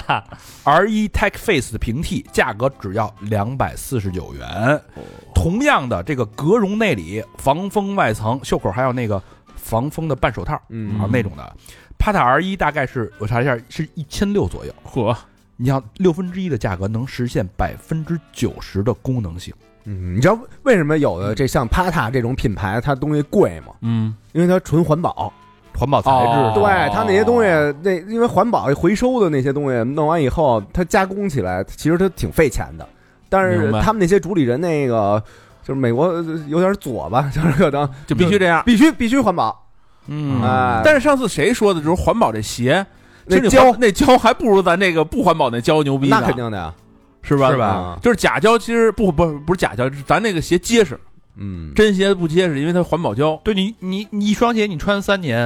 R 一 Tech Face 的平替，价格只要两百四十九元。同样的这个革绒内里，防风外层，袖口还有那个。防风的半手套，嗯啊那种的，帕塔 R 一大概是我查一下是一千六左右， 嚯！ 你像六分之一的价格能实现百分之九十的功能性， 嗯，你知道为什么有的这像帕塔这种品牌它东西贵吗？嗯，因为它纯环保， 环保材质， 哦、对它那些东西，那因为环保回收的那些东西弄完以后，它加工起来其实它挺费钱的，但是他们那些主理人那个。就是美国有点左吧，就是可能就必须这样， 必须必须环保。 嗯，哎，但是上次谁说的？就是环保这鞋， 那胶那胶还不如咱那个不环保那胶牛逼呢。 那肯定的呀， 是吧？ 是吧？ 就是假胶，其实不不不是假胶，咱那个鞋结实。嗯，真鞋不结实，因为它环保胶。 对你你你一双鞋你穿三年，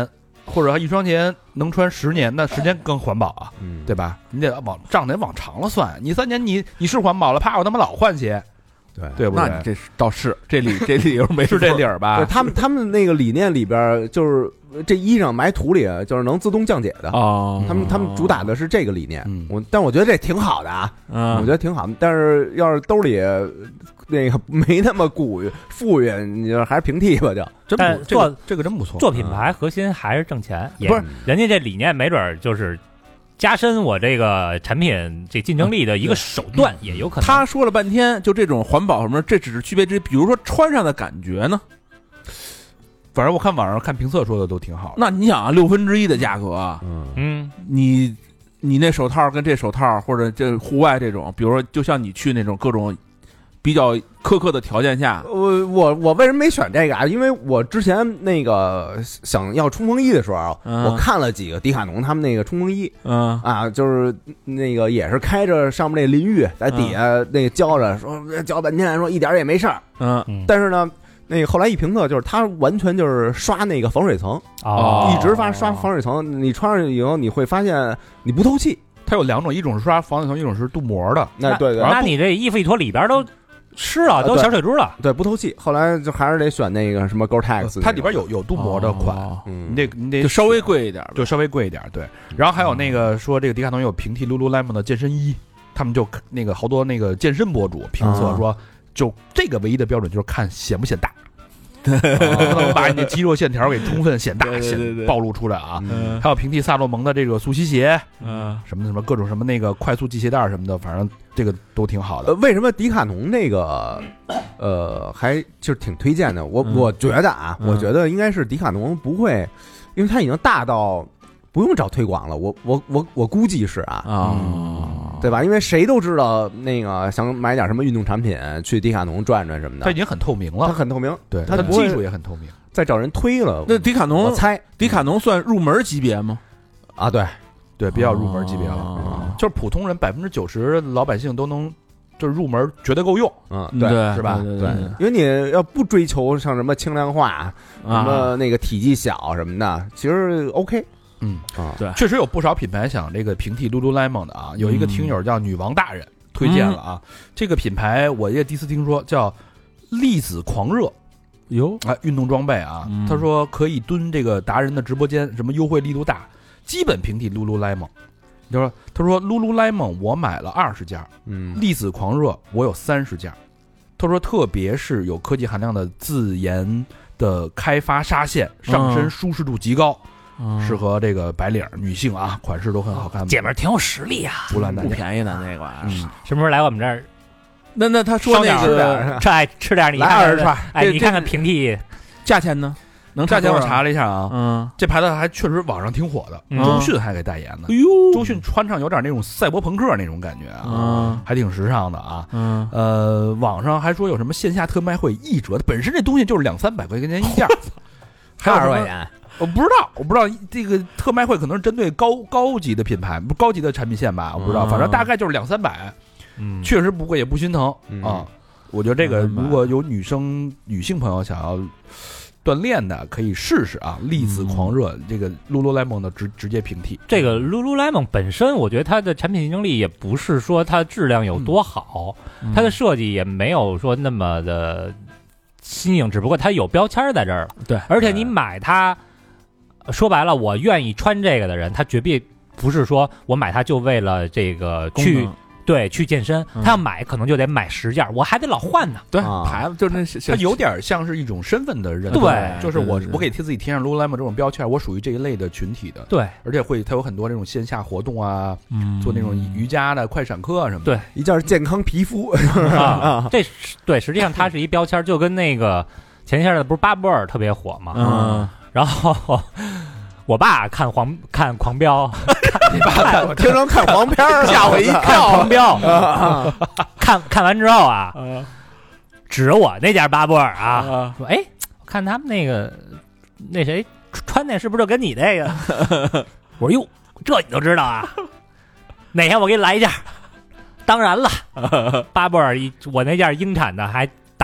或者一双鞋能穿十年，那时间更环保啊， 嗯， 对吧？你得往账得往长了算，你三年你你是环保了，怕我他妈老换鞋， 对对不对？ 那你这倒是这理这理由没是这理儿吧？ 他们他们那个理念里边就是这衣裳埋土里就是能自动降解的哦， 他们他们主打的是这个理念， 嗯， 我但我觉得这挺好的啊， 嗯， 我觉得挺好，但是要是兜里那个没那么富裕富裕，你就还是平替吧，就真但不这个这个真不错， 做品牌核心还是挣钱，也不是人家这理念没准就是加深我这个产品这竞争力的一个手段，也有可能。 他说了半天，就这种环保什么，这只是区别之一。比如说穿上的感觉呢， 反正我看网上看评测说的都挺好的。 那你想啊，六分之一的价格， 嗯嗯， 你你那手套跟这手套，或者这户外这种，比如说就像你去那种各种比较苛刻的条件下， 我我我为什么没选这个啊？因为我之前那个想要冲锋衣的时候， 嗯、 我看了几个迪卡侬他们那个冲锋衣， 嗯啊，就是那个也是开着上面那淋浴，在底下那个浇着，说浇半天，说一点也没事儿。 嗯， 但是呢，那个后来一评测，就是它完全就是刷那个防水层， 哦， 一直发刷防水层，你穿上以后你会发现你不透气。 它有两种，一种是刷防水层，一种是镀膜的。 那对对， 那你这衣服一脱里边都湿了，都小水珠了， 对，不透气。后来就还是得选那个什么 Gore-Tex， 它里边有有镀膜的款， 哦、 嗯， 你得你得就稍微贵一点， 就稍微贵一点，对。然后还有那个说这个迪卡侬有平替 Lululemon 的健身衣，他们就那个好多那个健身博主评测说，就这个唯一的标准就是看显不显大。对，不能把你的肌肉线条给充分显大、显暴露出来啊！ 嗯、 还有平替萨洛蒙的这个速吸鞋， 嗯， 什么什么各种什么那个快速系鞋带什么的，反正这个都挺好的。 呃，为什么迪卡侬那个呃还就是挺推荐的？我、嗯、我觉得啊， 嗯、 我觉得应该是迪卡侬不会，因为它已经大到不用找推广了。我我我我估计是啊啊。 嗯对吧？因为谁都知道那个想买点什么运动产品，去迪卡侬转转什么的， 它已经很透明了， 它很透明， 对， 它的技术也很透明， 再找人推了。 那迪卡侬， 我猜迪卡侬算入门级别吗？ 啊，对， 对，比较入门级别了， 哦、 就是普通人百分之九十老百姓都能，就是入门绝对够用， 嗯， 对， 对是吧？ 对，对因为你要不追求像什么轻量化，什么那个体积小什么的，其实 OK。 嗯啊， 对， 确实有不少品牌想这个平替 Lululemon 的啊，有一个听友叫女王大人、嗯、推荐了啊，这个品牌我也第一次听说，叫粒子狂热， 哟啊，运动装备啊， 嗯、 他说可以蹲这个达人的直播间，什么优惠力度大，基本平替 Lululemon。他说他说 Lululemon 我买了二十件， 嗯， 粒子狂热我有三十件，他说特别是有科技含量的自研的开发纱线，上身舒适度极高。嗯适合这个白领女性啊，款式都很好看， 姐们儿挺有实力啊， 不烂不便宜的那个， 嗯， 什么时候来我们这儿？ 那那他说那个吃爱吃点，你来二十串， 哎，你看看平替价钱呢？能价钱我查了一下啊， 嗯， 这牌子还确实网上挺火的， 嗯、 周迅还给代言呢。 哎呦， 周迅穿上有点那种赛博朋克那种感觉啊， 嗯、 还挺时尚的啊。 嗯， 呃，网上还说有什么线下特卖会一折，本身这东西就是两三百块钱一件，还有二十块钱。 我不知道，我不知道这个特卖会可能是针对高高级的品牌，不高级的产品线吧，我不知道，反正大概就是两三百， 嗯， 确实不贵也不心疼、 嗯、 啊。我觉得这个如果有女生女性朋友想要锻炼的，可以试试啊。粒子狂热、嗯、这个 Lululemon 的直直接平替， 这个 Lululemon 本身，我觉得它的产品竞争力也不是说它质量有多好， 嗯、 它的设计也没有说那么的新颖，只不过它有标签在这儿了。 对， 而且你买它。说白了，我愿意穿这个的人，他绝必不是说我买它就为了这个去对去健身，他要买可能就得买十件，我还得老换呢。 对， 啊、 牌子就是那， 它有点像是一种身份的认同，对， 就是我对对对我给自己贴上 Lululemon 这种标签，我属于这一类的群体的。 对， 而且会它有很多这种线下活动啊， 嗯、 做那种瑜伽的快闪课什么对， 的。 一件健康皮肤啊，这对，实际上它是一标签，就跟那个前一阵的不是巴布尔特别火嘛， 嗯， 然后。我爸看黄看狂飙， 你爸看我听成看黄片儿， 吓我一跳。 看狂飙，看看完之后啊，指着我那件巴布尔啊，说：“哎，我看他们那个那谁穿那是不是就跟你那个？”我说：“哟，这你都知道啊？哪天我给你来一件。”当然了，巴布尔一我那件英产的还。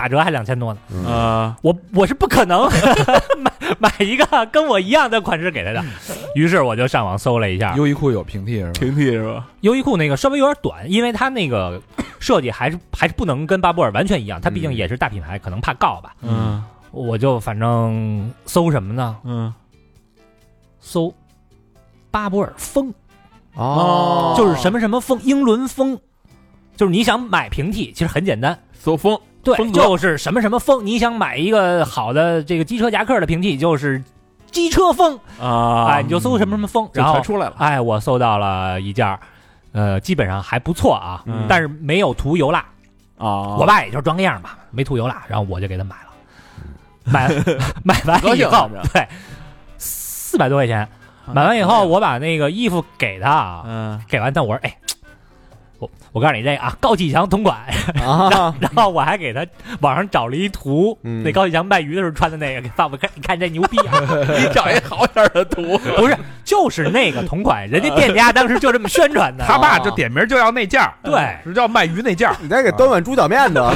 打折还两千多呢。 啊、呃， 我我是不可能买买一个跟我一样的款式给他的，于是我就上网搜了一下， 优衣库有平替是吧？ 平替是吧？ 优衣库那个稍微有点短，因为它那个设计还是还是不能跟巴布尔完全一样，它毕竟也是大品牌，可能怕告吧。 嗯， 我就反正搜什么呢？ 嗯， 搜巴布尔风。 哦， 就是什么什么风，英伦风，就是你想买平替，其实很简单， 搜风， 对， 风就是什么什么风。你想买一个好的这个机车夹克的平替，就是机车风啊， 哎，你就搜什么什么风，然后出来了。 哎，我搜到了一件，呃，基本上还不错啊， 嗯、 但是没有涂油蜡啊。 我爸也就是装个样嘛，没涂油蜡，然后我就给他买了，买买完以后，对，四百多块钱。买完以后，我把那个衣服给他，嗯，给完他，我说，哎，我我告诉你这个啊，高启强同款，啊、然, 后然后我还给他网上找了一图，嗯、那高启强卖鱼的时候穿的那个，给发我看，你看这牛逼啊！ 你找一好点的图， 不是，就是那个同款，人家店家当时就这么宣传的， 他爸就点名就要那件儿， 对， 是叫卖鱼那件儿， 你再给端碗猪脚面的，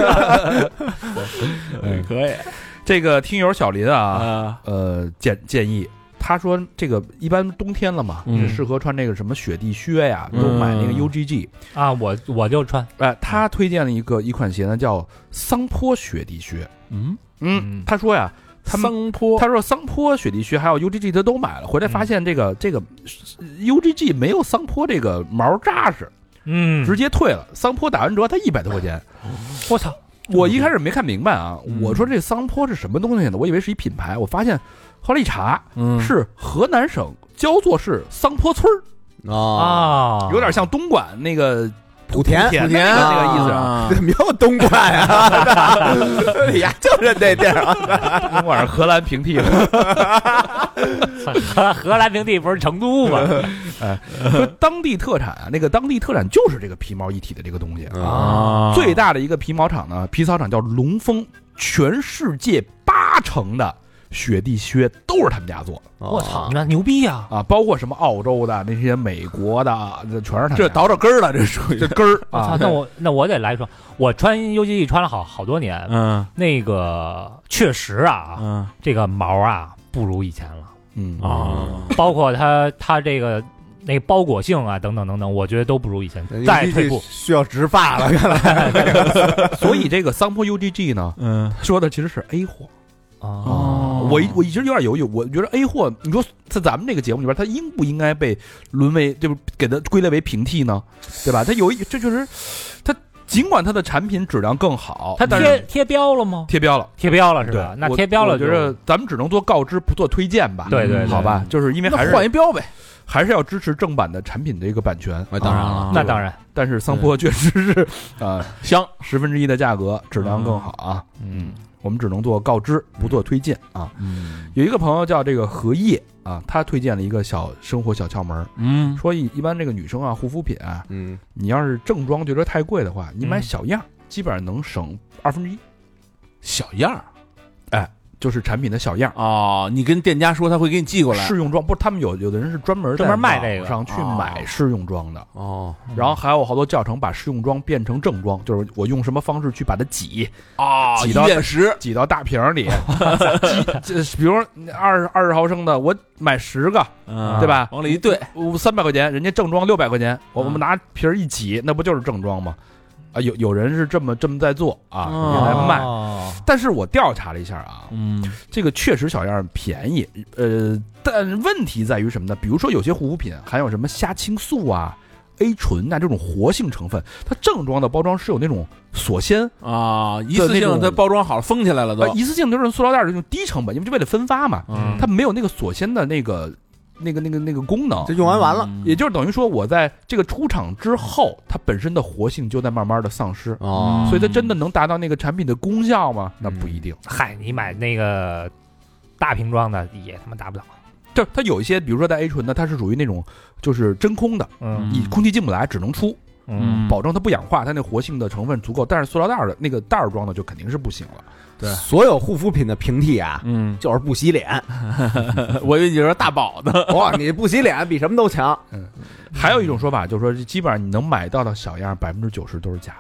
嗯，可以。 这个听友小林啊，呃，建建议。他说：“这个一般冬天了嘛，嗯、适合穿那个什么雪地靴呀，嗯、都买那个 U G G 啊。我我就穿。 哎，他推荐了一个一款鞋呢，叫桑坡雪地靴。嗯嗯，他说呀，他桑坡， 他说桑坡雪地靴还有 U G G 他都买了，回来发现这个、嗯、这个 U G G 没有桑坡这个毛扎实， 嗯， 直接退了。桑坡打完折，他一百多块钱。 我操！ 我一开始没看明白啊，嗯、我说这桑坡是什么东西呢？我以为是一品牌，我发现。”后来一查，嗯，是河南省焦作市桑坡村儿啊， 有点像东莞那个莆田莆田那个意思啊， 没有东莞啊，呀，就是那地儿啊， 东莞是荷兰平替荷荷兰平替不是成都吗？ 哎，说当地特产啊，那个当地特产就是这个皮毛一体的这个东西啊，最大的一个皮毛厂呢，皮草厂叫龙峰，全世界八成的。雪地靴都是他们家做的， 我操，那牛逼呀！ 啊，包括什么澳洲的那些美国的，这全是他们。 这倒着根儿了，这属于这根儿啊！那我那我得来一双，我穿 U G G 穿了好好多年，嗯，那个确实啊，嗯，这个毛啊不如以前了， 嗯啊，包括它它这个那个包裹性啊等等等等，我觉得都不如以前。再退步需要植发了，看来。所以这个桑坡 U G G 呢，嗯，说的其实是 A 货。哦，我我一直有点犹豫，我觉得 A 货，你说在咱们这个节目里边，它应不应该被沦为，就是给它归类为平替呢？对吧？它有一，这就是它，尽管它的产品质量更好， 它贴贴标了吗？ 贴标了， 贴标了是吧？那贴标了， 我觉得咱们只能做告知，不做推荐吧？ 对 对, 对， 好吧，就是因为还是换一标呗， 还是要支持正版的产品的一个版权。 那当然了， 那当然。 但是桑坡确实是啊， 香十分之一的价格，质量更好啊。嗯。我们只能做告知，不做推荐啊。嗯，有一个朋友叫这个荷叶啊，他推荐了一个小生活小窍门。嗯，说一一般这个女生啊，护肤品啊，嗯，你要是正装觉得太贵的话，你买小样，嗯、基本上能省二分之一。 小样， 哎，就是产品的小样哦。你跟店家说，他会给你寄过来试用装，不是他们有有的人是专门专门卖这个上去买试用装的哦。 然后还有好多教程把试用装变成正装，就是我用什么方式去把它挤啊， 挤到验石， 挤到大瓶里，比如二二十毫升的，我买十个， 嗯、 对吧？ 往里一兑， 三百块钱，人家正装六百块钱，我们拿瓶一挤，那不就是正装吗？啊，有有人是这么这么在做啊，也来卖。哦、但是我调查了一下啊，嗯，这个确实小样便宜，呃，但问题在于什么呢？比如说有些护肤品含有什么虾青素啊、A 醇啊这种活性成分，它正装的包装是有那种锁鲜啊，一次性它包装好了封起来了都， 呃、一次性就是塑料袋这种低成本，因为就为了分发嘛，嗯、它没有那个锁鲜的那个。那个、那个、那个功能， 就用完完了， 也就是等于说，我在这个出厂之后，它本身的活性就在慢慢的丧失，哦，所以它真的能达到那个产品的功效吗？那不一定。 嗨，你买那个大瓶装的也他妈达不到。 就它有一些，比如说带 A 醇的，它是属于那种就是真空的，嗯，你空气进不来，只能出，嗯，保证它不氧化，它那活性的成分足够。但是塑料袋的那个袋装的就肯定是不行了。 对，所有护肤品的平替啊，嗯，就是不洗脸。 我以为你说大宝呢， 哇，你不洗脸比什么都强。 嗯，还有一种说法就是说，基本上你能买到的小样，百分之九十都是假的。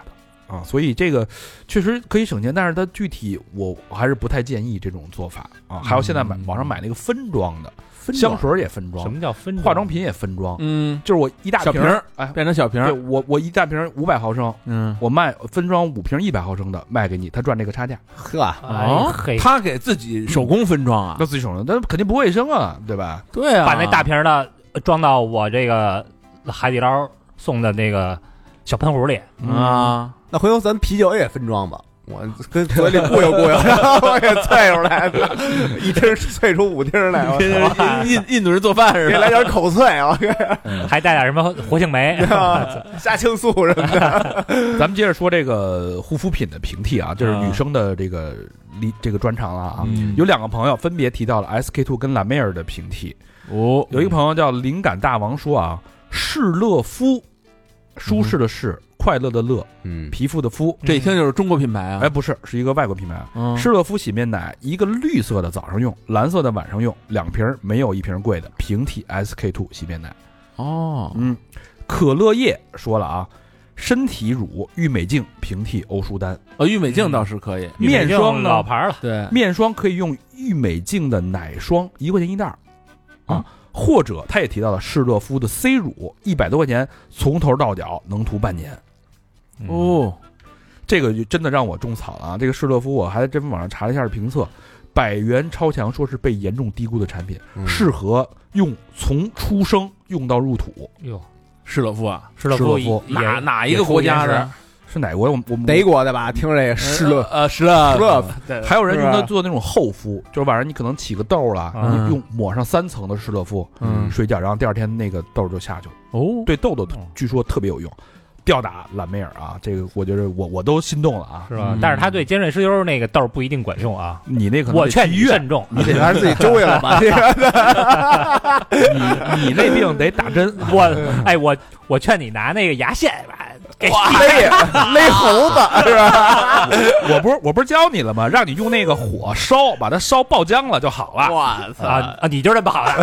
啊，所以这个确实可以省钱，但是它具体我我还是不太建议这种做法啊。还有现在买网上买那个分装的。香水也分装， 什么叫分装？ 化妆品也分装， 嗯， 就是我一大瓶儿， 哎， 变成小瓶儿， 我我一大瓶五百毫升，嗯，我卖分装五瓶一百毫升的卖给你，他赚这个差价。 呵， 哦，他给自己手工分装啊， 那自己手工，那肯定不卫生啊，对吧？ 对啊， 把那大瓶的装到我这个海底捞送的那个小喷壶里啊。 那回头咱啤酒也分装吧。我跟嘴里咕悠咕悠，然后给啐出来，一听啐出五听来。 印印度人做饭似的， 给来点口啐， 我还带点什么活性酶、 虾青素什么的。 咱们接着说这个护肤品的平替啊，就是女生的这个这个专长了啊。 嗯、 有两个朋友分别提到了 S K two 跟蓝妹儿的平替。 哦， 有一个朋友叫灵感大王说啊，适乐肤，舒适的适。嗯快乐的乐，嗯，皮肤的肤， 这一听就是中国品牌啊！ 哎，不是，是一个外国品牌。 嗯， 施乐肤洗面奶，一个绿色的早上用，蓝色的晚上用，两瓶没有一瓶贵的平替 S K two 洗面奶。 哦， 嗯，可乐叶说了啊，身体乳郁美净平替欧舒丹。 呃，郁美净倒是可以， 嗯、面霜呢老牌了， 对， 面霜可以用郁美净的奶霜，一块钱一袋啊。嗯或者他也提到了施乐肤的 C 乳，一百多块钱，从头到脚能涂半年。 哦， 这个就真的让我种草了啊！这个施乐肤我还在真粉网上查了一下评测，百元超强，说是被严重低估的产品，嗯、适合用从出生用到入土。 哟， 施乐肤啊， 施乐肤哪哪一个国家的？ 是哪国？我我德国的吧？听这个施乐呃施乐施乐， 还有人用它做那种厚敷，就是晚上你可能起个痘了， 嗯、 你用抹上三层的施乐肤， 嗯， 睡觉，然后第二天那个痘就下去了。 哦， 对痘痘据说特别有用。吊打蓝妹儿啊，这个我觉得我我都心动了啊， 是吧？嗯、但是它对尖锐湿疣那个痘不一定管用啊。 你那可能我劝你慎重， 你得还是自己周下了吧？ 你你那病得打针。 我哎我我劝你拿那个牙线给勒勒猴子是吧？ 我不是我不是教你了吗？让你用那个火烧，把它烧爆浆了就好了。 哇操啊啊！你就这么好的，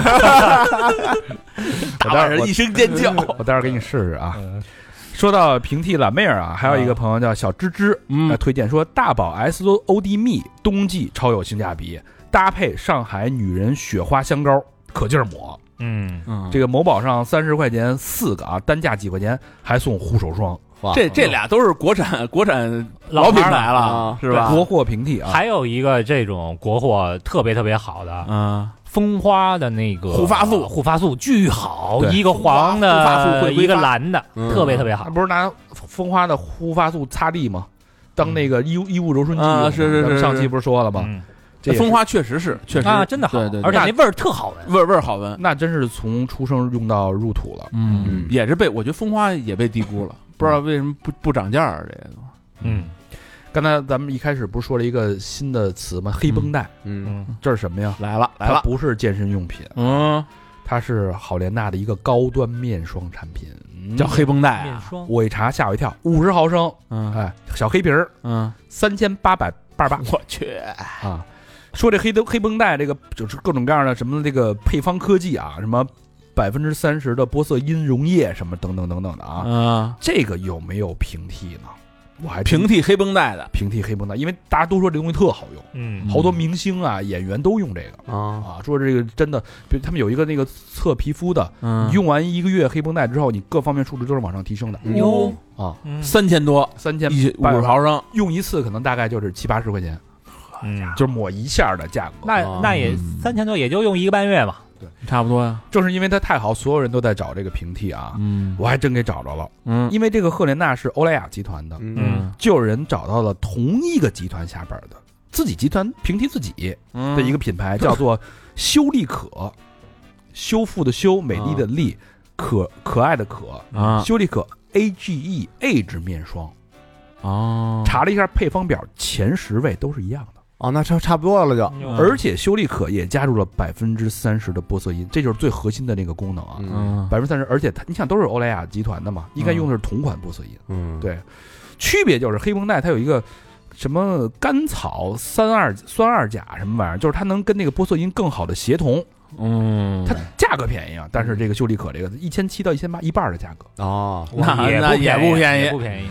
大晚上一声尖叫， 我待会儿给你试试啊。说到平替蓝妹儿啊，还有一个朋友叫小芝芝，嗯，推荐说大宝 S O D 蜜冬季超有性价比，搭配上海女人雪花香膏，可劲儿抹。 嗯嗯，这个某宝上三十块钱四个啊，单价几块钱，还送护手霜。 这这俩都是国产国产老品牌了，是吧？ 国货平替啊。 还有一个这种国货特别特别好的， 嗯。 蜂花的那个护发素， 护发素巨好，一个黄的， 护发素一个蓝的， 嗯、 特别特别好。 不是拿蜂花的护发素擦地吗？当那个衣衣物柔顺剂啊，是是是， 上期不是说了吗？ 嗯、 这蜂花确实是，确实啊，真的好， 对对对， 而且那味儿特好闻， 味儿味儿好闻， 那真是从出生用到入土了。 嗯，嗯也是被我觉得蜂花也被低估了，不知道为什么不不涨价这个。 嗯。 刚才咱们一开始不是说了一个新的词吗？黑绷带， 嗯， 这是什么呀？ 来了来了， 它不是健身用品， 嗯， 它是好莲娜的一个高端面霜产品， 嗯、叫黑绷带、啊。 面霜， 我一查吓我一跳，五十毫升， 嗯， 哎，小黑瓶儿， 嗯， 三千八百八十八， 我去啊！说这黑的黑绷带，这个就是各种各样的什么这个配方科技啊，什么百分之三十的玻色因溶液，什么等等等等的啊， 嗯， 这个有没有平替呢？我还平替黑绷带的， 平替黑绷带，因为大家都说这东西特好用， 嗯， 好多明星啊、演员都用这个啊啊，说这个真的，比如他们有一个那个测皮肤的， 嗯， 用完一个月黑绷带之后，你各方面数值都是往上提升的。 哟啊， 三千多， 三千五十毫升， 用一次可能大概就是七八十块钱， 嗯， 就是抹一下的价格。 那那也三千多，也就用一个半月嘛。 对， 差不多呀。 正是因为它太好，所有人都在找这个平替啊。 嗯， 我还真给找着了。 嗯， 因为这个赫莲娜是欧莱雅集团的， 嗯， 就有人找到了同一个集团下边的自己集团平替自己的一个品牌，叫做修丽可，修复的修，美丽的丽，可可爱的可啊， 修丽可 A G E Age 面霜。 哦， 查了一下配方表，前十位都是一样的。 哦，那差差不多了就， 而且修丽可也加入了百分之三十的玻色因，这就是最核心的那个功能啊， 嗯， 百分之三十，而且它你想都是欧莱雅集团的嘛，应该用的是同款玻色因， 嗯， 对，区别就是黑绷带它有一个什么甘草三二酸二钾什么玩意儿，就是它能跟那个玻色因更好的协同， 嗯， 它价格便宜啊，但是这个修丽可这个一千七到一千八一半的价格哦， 那那也不便宜， 不便宜。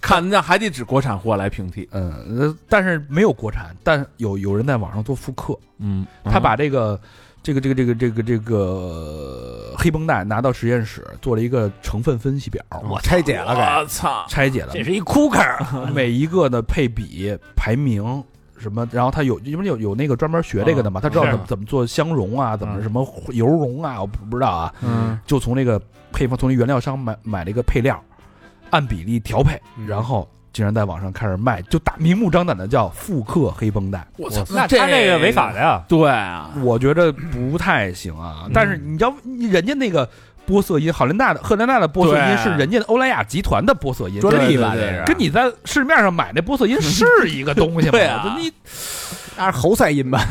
看那还得指国产货来平替。 嗯，但是没有国产，但有有人在网上做复刻。 嗯， 他把这个。这个这个这个这个这个黑绷带拿到实验室做了一个成分分析表， 我拆解了， 我操， 拆解了， 这是一 cooker， 每一个的配比排名什么，然后他有因为有有那个专门学这个的嘛，他知道怎么怎么做香熔啊，怎么什么油熔啊，我不知道啊， 嗯， 就从那个配方从那原料商买买了一个配料，按比例调配，然后。竟然在网上开始卖，就打明目张胆的叫复刻黑绷带。 我操， 那他这个违法的呀？ 对啊， 我觉得不太行啊。但是你知道，人家那个波色因，好兰大的赫兰大的波色因是人家的欧莱雅集团的波色因专利吧？这是跟你在市面上买那波色因是一个东西吗？ 对啊， 你那是猴赛因吧？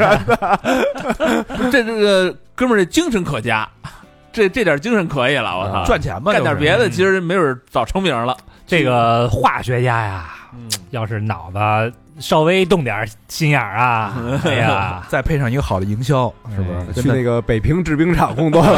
这这个哥们儿这精神可嘉，这这点精神可以了，我操， 赚钱吧， 干点别的其实没准早成名了。 这个化学家呀，嗯、要是脑子稍微动点心眼儿啊，哎呀， 再配上一个好的营销，是不是？ 去那个北平制冰厂工作了，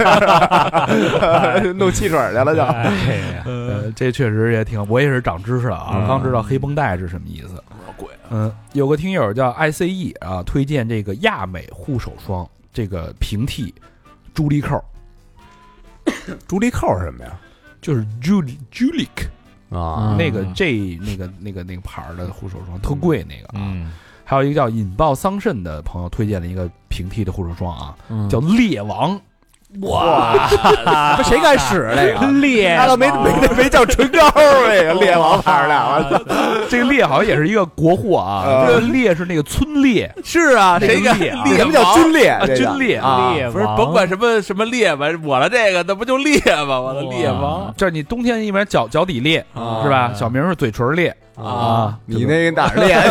弄汽水去了就。 呃，这确实也挺，我也是长知识了啊，刚知道黑绷带是什么意思。嗯，有个听友叫 I C E 啊，推荐这个亚美护手霜，这个平替朱莉蔻。 朱莉蔻是什么呀？ 就是 Julie Julic 啊， 那个 J 那个那个那个牌的护手霜特贵那个啊， 嗯， 还有一个叫引爆桑葚的朋友推荐了一个平替的护手霜啊，嗯、叫猎王。 哇，谁敢使这个？ 猎他都没没没叫唇膏这个猎王牌的， 这个猎好像也是一个国货啊。这个猎是那个村猎， 是啊，谁敢猎？ 什么叫军猎？ 军猎啊， 不是甭管什么什么猎吧，我了这个那不就猎吗？我的猎王， 这你冬天一般脚脚底猎是吧？小名是嘴唇猎啊， 你那个哪儿猎？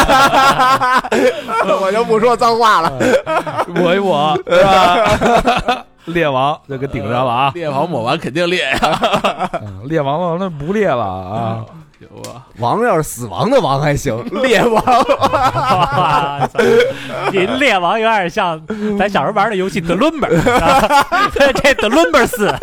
我就不说脏话了， 我一我是吧？猎王这个顶上了啊！ 猎王抹完肯定猎呀， 嗯、猎王了那不猎了啊！ 有啊， 王要是死亡的王还行，猎王， 你猎王有点像咱小时候玩的游戏德伦本，这德伦本死，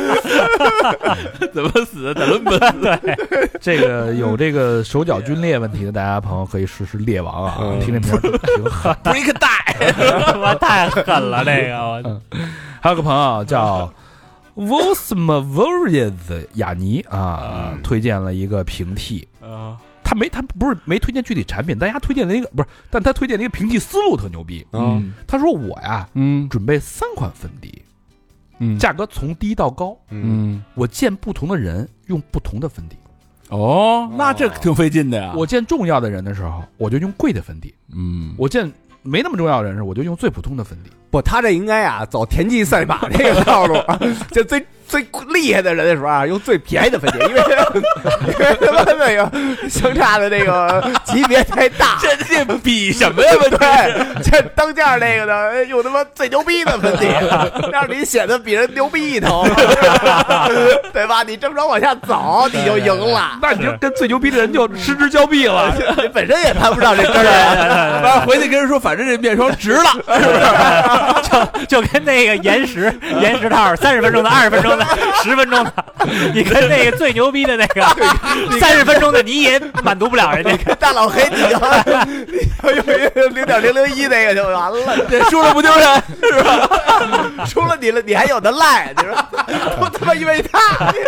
怎么死？德伦本对， 这个有这个手脚皲裂问题的大家朋友可以试试猎王啊，嗯、听这名挺狠 ，Break Die， 我太狠了这个我。 嗯还有个朋友叫 Vosmavoriz 雅尼啊，嗯、推荐了一个平替啊，他没他不是没推荐具体产品，但他推荐了一个不是，但他推荐了一个平替思路特牛逼。 嗯， 他说我呀， 嗯， 准备三款粉底，嗯，价格从低到高， 嗯， 我见不同的人用不同的粉底。 哦，那这挺费劲的呀。 我见重要的人的时候，我就用贵的粉底。 嗯， 我见没那么重要的人时，我就用最普通的粉底。 不，他这应该啊走田忌赛马这个道路，就最最厉害的人的时候啊，用最便宜的粉底，因为因为他妈那个相差的那个级别太大， 这这比什么呀？ 对，这当价那个的用他妈最牛逼的粉底，让你显得比人牛逼一头，对吧？你正常往下走，你就赢了， 那你就跟最牛逼的人就失之交臂了， 你本身也谈不上这真人， 完回去跟人说，反正这面霜值了，是不是？ 就就跟那个延时延时套三十分钟的、二十分钟的、十分钟的，你跟那个最牛逼的那个三十分钟的，你也满足不了人家。 大老黑，你要用零点零零一那个就完了， 这输了不丢人是吧？输了你了，你还有的赖，你说我他妈因为他。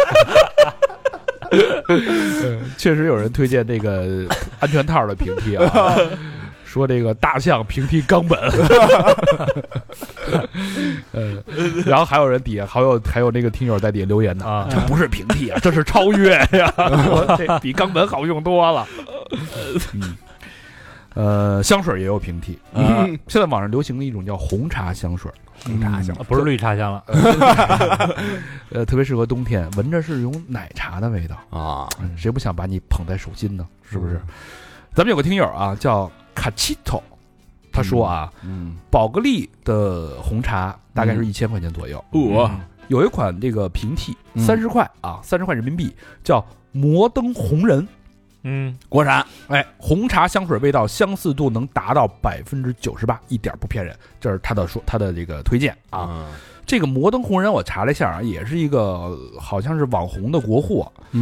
确实有人推荐这个安全套的平替啊。说这个大象平替冈本，呃，然后还有人底下还有还有那个听友在底下留言呢，啊，这不是平替啊，这是超越呀，这比冈本好用多了。嗯，呃，香水也有平替，嗯，现在网上流行的一种叫红茶香水， 红茶香不是绿茶香了， 呃，特别适合冬天，闻着是有奶茶的味道啊， 谁不想把你捧在手心呢？是不是？咱们有个听友啊，叫卡奇托，他说啊，嗯，宝格丽的红茶大概是一千块钱左右。 我、 嗯、有一款这个平替，三十块啊，三十块人民币，叫摩登红人， 嗯， 国产， 哎，红茶香水味道相似度能达到百分之九十八，一点不骗人。这是他的说他的这个推荐啊。嗯、这个摩登红人我查了一下啊，也是一个好像是网红的国货， 嗯。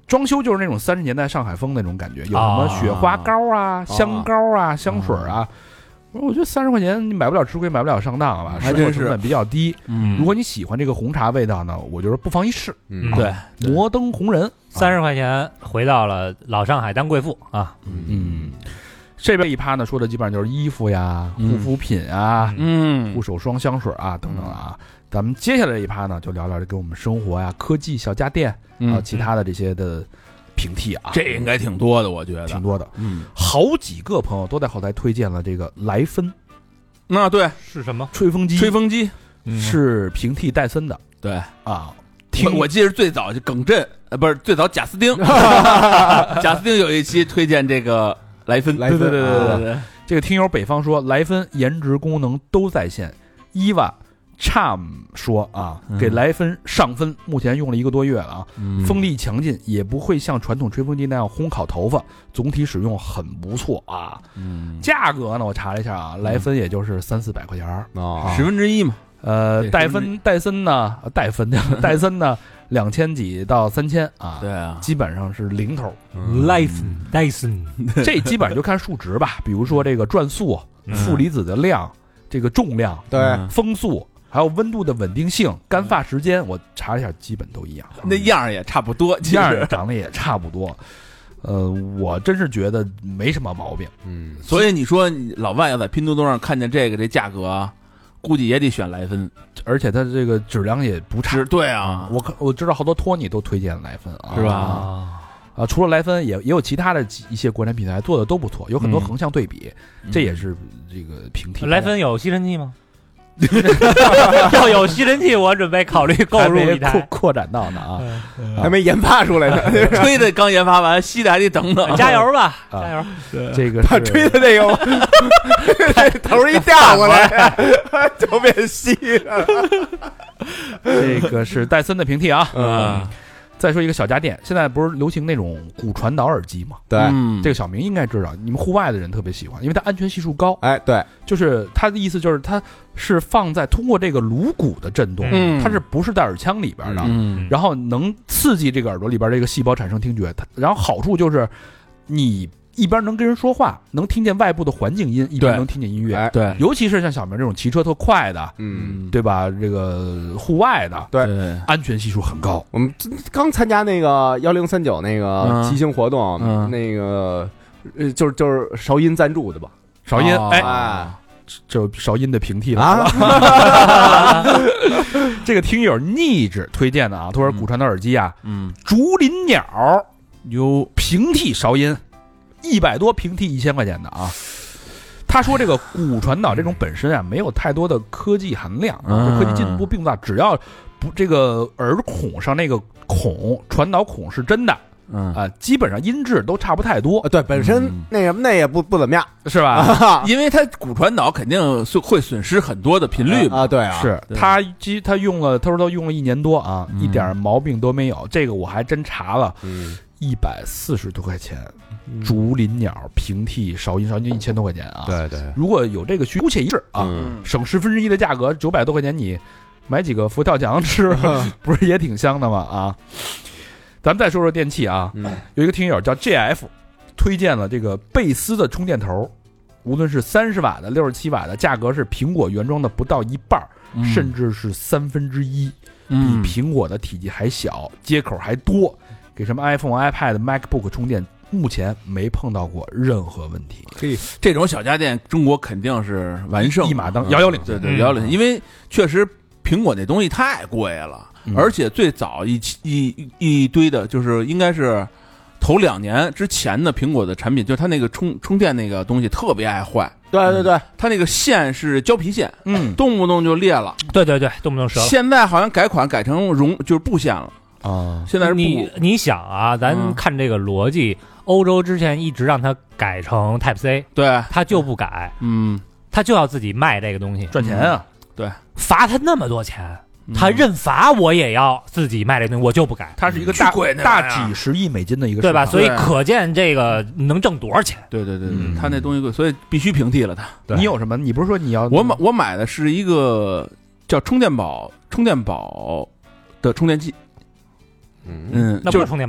装修就是那种三十年代上海风那种感觉，有什么雪花膏啊、香膏啊、香水啊。我觉得三十块钱你买不了吃亏，买不了上当吧， 还真是成本比较低。 嗯， 如果你喜欢这个红茶味道呢，我觉得不妨一试。 嗯，对， 摩登红人三十块钱回到了老上海当贵妇啊。 嗯，这边一趴呢说的基本上就是衣服呀、护肤品啊、 嗯， 护手霜、香水啊等等啊。咱们接下来这一趴呢，就聊聊跟我们生活呀、科技小家电啊、其他的这些的平替啊， 这应该挺多的，我觉得挺多的。 嗯， 好几个朋友都在后台推荐了这个莱芬。 那对是什么？ 吹风机， 吹风机是平替戴森的。 对啊， 听我记得最早就耿震，呃，不是最早贾斯汀，贾斯汀有一期推荐这个莱芬， 莱芬， 对对对对对。这个听友北方说，莱芬颜值功能都在线。伊娃 Charm 说啊，给莱芬上分，目前用了一个多月了啊，嗯、风力强劲，也不会像传统吹风机那样烘烤头发，总体使用很不错啊。嗯，价格呢，我查了一下啊，莱芬也就是三四百块钱啊， 十分之一嘛。 呃，戴芬戴森呢，戴芬戴森呢，两千几到三千啊， 对啊， 基本上是零头。 莱芬戴森， 这基本上就看数值吧，比如说这个转速、负离子的量、这个重量、 对风速。还有温度的稳定性、干发时间，我查了一下，基本都一样， 那样也差不多， 样儿长得也差不多。呃，我真是觉得没什么毛病。 嗯，所以你说老外要在拼多多上看见这个这价格，估计也得选莱芬， 而且它这个质量也不差。 对啊， 我我知道好多托尼都推荐莱芬啊， 是吧？ 啊，除了莱芬，也也有其他的一些国产品牌做的都不错，有很多横向对比，嗯、这也是这个平替。 莱芬有吸尘器吗？要有吸尘器，我准备考虑购入一台， 扩扩展到呢啊， 还没研发出来呢， 吹的刚研发完，吸的还得等等， 加油吧，加油！ 这个把吹的那个头一掉过来就变细了。 这个是戴森的平替啊，嗯。再说一个小家电，现在不是流行那种骨传导耳机吗？ 对， 嗯、这个小明应该知道，你们户外的人特别喜欢，因为它安全系数高。 哎，对， 就是它的意思就是它是放在通过这个颅骨的震动，嗯、它是不是在耳腔里边的？嗯、然后能刺激这个耳朵里边这个细胞产生听觉。它然后好处就是你一边能跟人说话，能听见外部的环境音，一边能听见音乐。 对， 尤其是像小明这种骑车特快的，嗯，对吧？这个户外的， 对， 安全系数很高。 我们刚参加那个幺零三九那个骑行活动， 嗯、 那个呃，就是就是韶音赞助的吧？ 韶音， 哦、 哎。 哎就韶音的平替了啊！这个听友逆志推荐的啊，他说骨传导耳机啊，嗯，竹林鸟有平替韶音，一百多平替一千块钱的啊。他说这个骨传导这种本身啊，没有太多的科技含量，啊、科技进步并不大，只要不这个耳孔上那个孔传导孔是真的。嗯啊，基本上音质都差不太多。 对，本身那什么那也不不怎么样， 是吧？ 因为它骨传导肯定会损失很多的频率啊。对啊， 是他基他用了，他说他用了一年多啊，一点毛病都没有。这个我还真查了，一百四十多块钱，竹林鸟平替韶音，韶音一千多块钱啊。 对对， 如果有这个需，姑且一试啊，省十分之一的价格，九百多块钱，你买几个佛跳墙吃，不是也挺香的吗？啊。咱们再说说电器啊，嗯、有一个听友叫 J F， 推荐了这个贝斯的充电头，无论是三十瓦的、六十七瓦的，价格是苹果原装的不到一半，嗯、甚至是三分之一，比苹果的体积还小，接口还多，给什么 iPhone、iPad、MacBook 充电，目前没碰到过任何问题。 嘿，这种小家电中国肯定是完胜， 一马当遥遥领先，对对，遥遥领先，因为确实苹果那东西太贵了。而且最早一一一堆的，就是应该是头两年之前的苹果的产品，就是它那个充充电那个东西特别爱坏。 对对对， 嗯、它那个线是胶皮线，嗯，动不动就裂了。 对对对，动不动折了。 现在好像改款改成绒，就是布线了啊。现在是布你你想啊，咱看这个逻辑，嗯、欧洲之前一直让它改成 Type C， 对， 它就不改， 嗯， 它就要自己卖这个东西赚钱啊， 嗯、对， 罚他那么多钱。他认罚我也要自己卖这东西，我就不改。 它是一个大大几十亿美金的一个， 对吧？所以可见这个能挣多少钱？ 对对对对，嗯、他那东西贵，所以必须平替了它。 你有什么？你不是说你要我买我买的是一个叫充电宝充电宝的充电器。 嗯，那不是充电宝吗？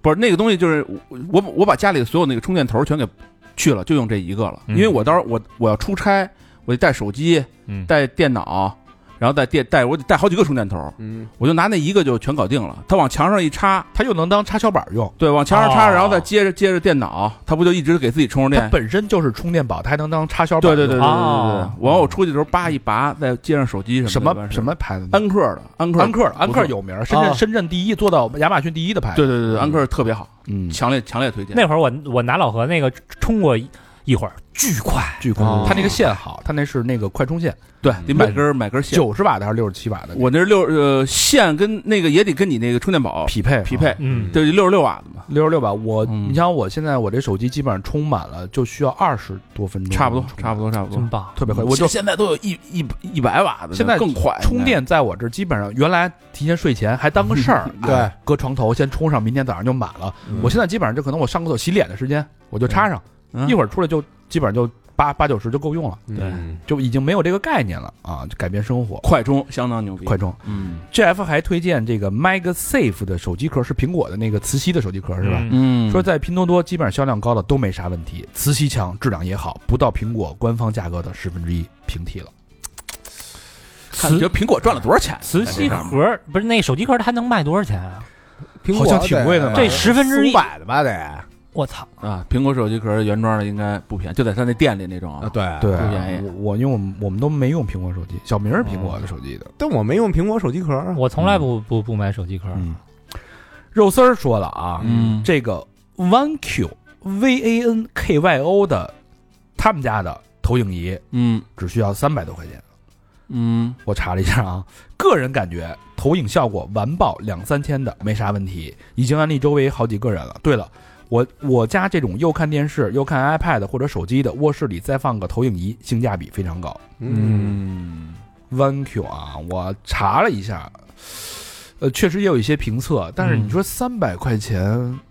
不是那个东西，就是我我把家里的所有那个充电头全给去了，就用这一个了。因为我到时候我我要出差，我得带手机，带电脑。然后带电带我得带好几个充电头，嗯，我就拿那一个就全搞定了。它往墙上一插， 它又能当插销板用。 对，往墙上插，然后再接着接着电脑，它不就一直给自己充着电？ 它本身就是充电宝，它还能当插销板。 对对对对对对。完我出去的时候叭一拔，再接上手机什么什么牌子？ 安克的，安克安克安克有名，深圳深圳第一，做到亚马逊第一的牌子。 对对对对，安克特别好，嗯，强烈强烈推荐。 那会儿我我拿老何那个充过一会儿，巨快巨快，它那个线好，它那是那个快充线。 对，得买根买根线， 九十瓦的还是六十七瓦的？ 我那是六呃线跟那个也得跟你那个充电宝匹配匹配， 嗯， 对，六十六瓦的嘛， 六十六瓦。我你想我现在我这手机基本上充满了就需要二十多分钟， 差不多差不多差不多， 真棒， 特别快。我就现在都有一一一百瓦的， 现在更快。 充电在我这基本上原来提前睡前还当个事儿，对，搁床头先充上，明天早上就满了。我现在基本上就可能我上个厕所洗脸的时间我就插上，一会儿出来就基本上就。八八九十就够用了， 对， 就已经没有这个概念了啊！就改变生活， 快充相当牛逼， 快充。嗯 ，G F 还推荐这个 MagSafe 的手机壳，是苹果的那个磁吸的手机壳，是吧？嗯，说在拼多多基本上销量高的都没啥问题，磁吸强，质量也好，不到苹果官方价格的十分之一，平替了。 你觉得苹果赚了多少钱？ 磁吸壳不是那手机壳，它能卖多少钱啊？ 苹果好像挺贵的嘛， 这十分之一百的吧得。 我操啊！苹果手机壳原装的应该不便宜，就在他那店里那种啊。 对对， 不便宜。 我因为我们我们都没用苹果手机，小明是苹果的手机的， 但我没用苹果手机壳啊。 我从来不不不买手机壳。 嗯，肉丝儿说了啊，嗯，这个 OneQ V A N K Y O 的他们家的投影仪，嗯，只需要三百多块钱。嗯，我查了一下啊，个人感觉投影效果完爆，两三千的没啥问题，已经安利周围好几个人了。对了。我我家这种又看电视又看 iPad 或者手机的，卧室里再放个投影仪，性价比非常高。嗯 ，OneQ 啊，我查了一下，呃，确实也有一些评测，但是你说三百块钱，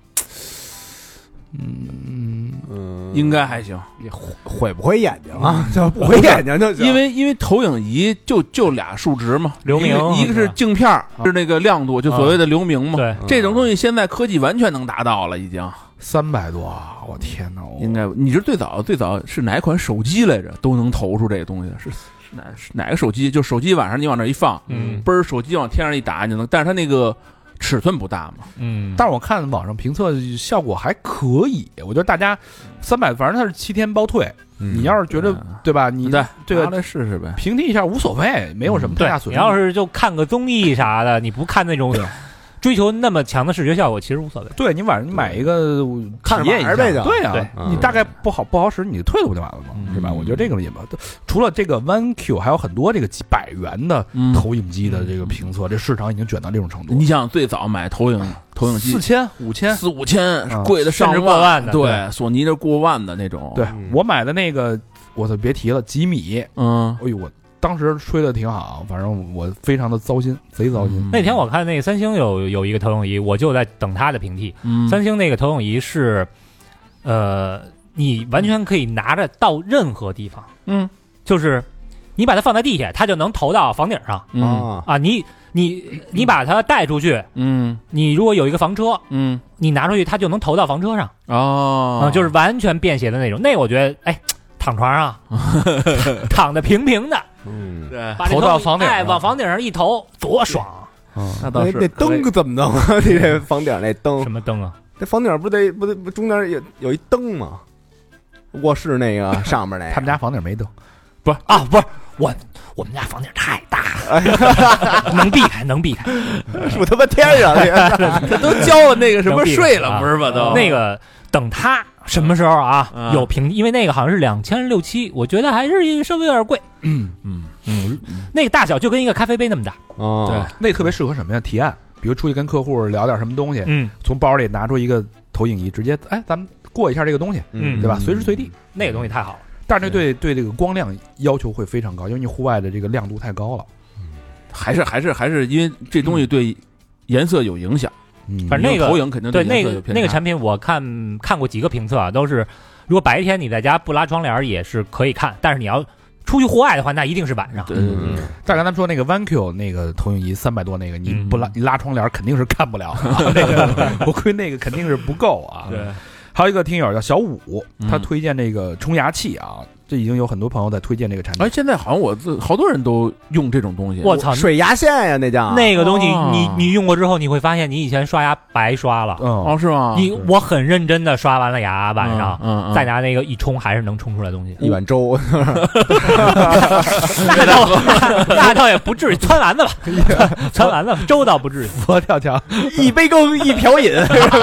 嗯嗯，应该还行， 也毁不毁眼睛啊？就不毁眼睛就行。 因为因为投影仪就就俩数值嘛， 流明， 一个是镜片，是那个亮度，就所谓的流明嘛。 对， 这种东西现在科技完全能达到了，已经。 三百多，我天哪！ 应该你是最早最早是哪一款手机来着？都能投出这个东西，是是哪是哪个手机？就手机晚上你往那一放，嗯，嘣儿手机往天上一打，你就能。但是它那个尺寸不大嘛， 嗯。但是我看网上评测效果还可以，我觉得大家三百，反正它是七天包退。嗯、你要是觉得 对, 对吧？你对这个来试试呗， 平替一下无所谓，没有什么太大损失。 你要是就看个综艺啥的，你不看那种。追求那么强的视觉效果其实无所谓。 对，你晚上你买一个体验一下呗，对啊，你大概不好不好使，你就退了不就完了吗？是吧？我觉得这个也吧。除了这个 OneQ， 还有很多这个几百元的投影机的这个评测，这市场已经卷到这种程度。 你想最早买投影投影机四千五千四五千，贵的上过万的， 对，索尼的过万的那种。 对我买的那个，我操，别提了，几米，嗯，哎呦我。当时吹的挺好，反正我非常的糟心，贼糟心。 那天我看那个三星有有一个投影仪，我就在等它的平替。嗯、三星那个投影仪是，呃，你完全可以拿着到任何地方，嗯，就是你把它放在地下，它就能投到房顶上。嗯啊，你你你把它带出去，嗯，你如果有一个房车，嗯，你拿出去，它就能投到房车上。哦，啊，就是完全便携的那种。那我觉得，哎，躺床上，躺的平平的。嗯，对， 投到房顶， 哎，往房顶上一投，多爽啊！那倒是。那灯怎么弄啊？你这房顶那灯什么灯啊？ 这房顶不得不得不中间有有一灯吗？卧室那个上面那个， 他们家房顶没灯， 不是啊，不是我我们家房顶太大了，能避开，能避开， 我他妈天上这都交了那个什么税了，不是吧？都那个等他。什么时候啊？嗯、有平，因为那个好像是两千六七，我觉得还是稍微有点贵。嗯嗯嗯，那个大小就跟一个咖啡杯那么大。 哦，对，那特别适合什么呀？提案，比如出去跟客户聊点什么东西，嗯，从包里拿出一个投影仪，直接哎，咱们过一下这个东西，嗯，对吧？随时随地， 那个东西太好了。 但是对对这个光亮要求会非常高，因为你户外的这个亮度太高了。 嗯，还是还是还是因为这东西对颜色有影响。 嗯，反正那个投影肯定对那个那个产品，我看看过几个评测啊，都是如果白天你在家不拉窗帘也是可以看，但是你要出去户外的话，那一定是晚上。 对对对。 但刚才说那个 VanQ 那个投影仪三百多那个，你不拉你拉窗帘肯定是看不了的、啊，那个我估计那个肯定是不够啊。 对。 还有一个听友叫小五，他推荐这个冲牙器啊，这已经有很多朋友在推荐这个产品。 哎，现在好像我好多人都用这种东西。 我操， 水牙线呀，那叫那个东西你，你你用过之后，你会发现你以前刷牙白刷了。 哦，是吗？ 你我很认真的刷完了牙，晚上、 嗯嗯、 再拿那个一冲，还是能冲出来东西。 一碗粥， 那倒那倒也不至于，汆丸子吧，汆丸子粥倒不至于。 佛跳墙， 一杯羹一瓢饮。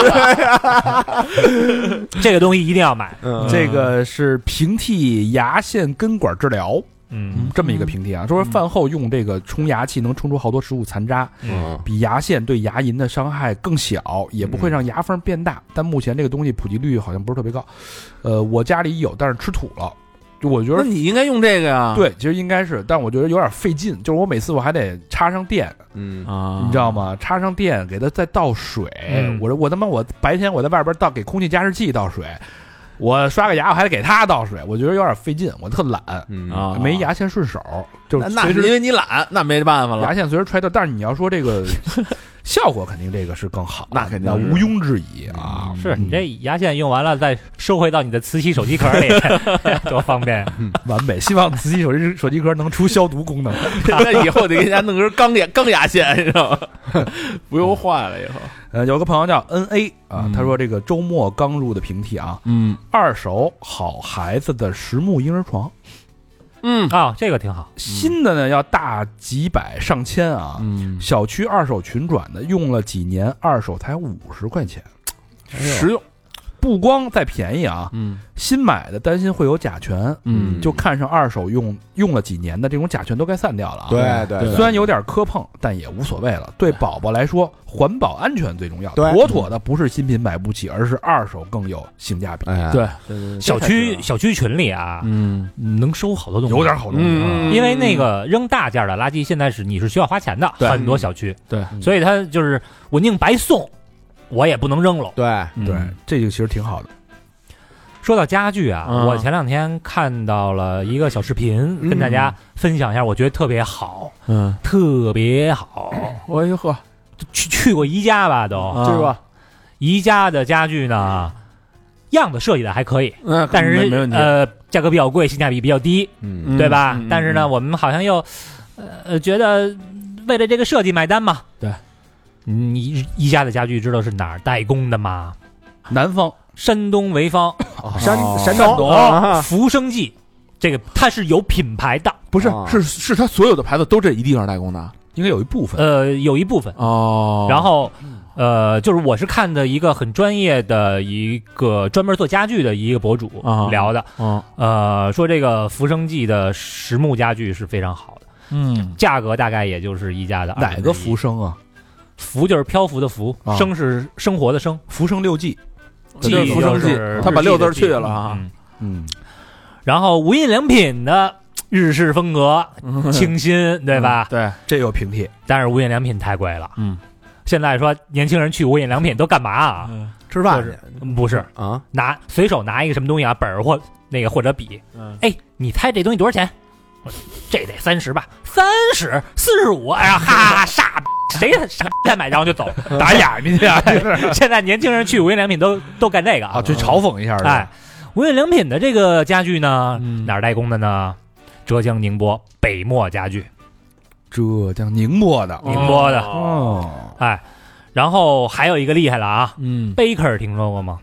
这个东西一定要买。 嗯、这个是平替牙线根管治疗， 嗯， 这么一个平替啊。说饭后用这个冲牙器能冲出好多食物残渣， 嗯， 比牙线对牙龈的伤害更小，也不会让牙缝变大。但目前这个东西普及率好像不是特别高。呃，我家里有，但是吃土了。就我觉得你应该用这个呀。 对，其实应该是，但我觉得有点费劲，就是我每次我还得插上电， 嗯啊，你知道吗？插上电给它再倒水， 嗯、 我我他妈我白天我在外边倒给空气加湿器倒水，我刷个牙我还得给它倒水，我觉得有点费劲，我特懒、 嗯、 啊，没牙线顺手，就那是因为你懒，那没办法了， 牙线随时揣掉。但是你要说这个效果，肯定这个是更好， 那肯定毋庸置疑啊。 是你这牙线用完了再收回到你的磁吸手机壳里，多方便， 嗯、完美。希望磁吸手机手机壳能出消毒功能， 那以后得给人家弄根钢牙钢牙线，你知道吗？不用坏了以后。 呃，有个朋友叫 N A 啊，嗯、他说这个周末刚入的平替啊， 嗯， 二手好孩子的实木婴儿床。 嗯啊、哦，这个挺好。 新的呢要大几百上千啊， 嗯， 小区二手群转的，用了几年，二手才五十块钱， 实用。 不光再便宜啊， 嗯， 新买的担心会有甲醛， 嗯， 就看上二手用用了几年的这种甲醛都该散掉了啊。 对对对， 虽然有点磕碰，但也无所谓了。对宝宝来说，环保安全最重要。 对， 妥妥的不是新品买不起，而是二手更有性价比。 哎、 对， 小区小区群里啊， 嗯， 能收好多东西， 有点好东西。 嗯， 因为那个扔大件的垃圾现在是你是需要花钱的，很多小区， 对， 所以他就是我宁白送，我也不能扔了。 对对，这个其实挺好的。 说到家具啊， 嗯、 我前两天看到了一个小视频，嗯、跟大家分享一下，我觉得特别好， 嗯， 特别好。 我一呵， 去去过宜家吧，都去过。 宜家的家具呢，样子设计的还可以， 嗯， 但是呃，价格比较贵，性价比比较低， 嗯， 对吧？ 嗯、 但是呢，我们好像又呃觉得为了这个设计买单嘛。 对， 你宜家的家具知道是哪儿代工的吗？ 南方。 山东潍坊， 哦、山山东、哦、福生记，这个它是有品牌的， 不是，是是它所有的牌子都这一地方代工的， 应该有一部分， 呃，有一部分哦。 然后，呃，就是我是看的一个很专业的一个专门做家具的一个博主聊的， 哦、 呃，说这个福生记的实木家具是非常好的， 嗯， 价格大概也就是宜家的哪个福生啊？ 福就是漂浮的浮，啊、生是生活的生， 福生六记。 记福生记，他把六字去了啊。 嗯，嗯然后无印良品的日式风格，清新，对吧？ 嗯、对， 这有平替， 但是无印良品太贵了。 嗯， 现在说年轻人去无印良品都干嘛啊？ 嗯、吃饭去？ 不是啊， 拿随手拿一个什么东西啊，本儿或那个或者笔。 嗯， 哎，你猜这东西多少钱？这得三十吧？三十、四十五？哎呀，哈哈，傻逼！谁再买然后就走， 打哑谜去啊！ 现在年轻人去无印良品都都干这个啊，去嘲讽一下。 哎，无印良品的这个家具呢， 嗯、 哪儿代工的呢？浙江宁波北漠家具， 浙江宁波的， 宁波的哦。 哎，然后还有一个厉害了啊， 嗯 ，Baker 听说过吗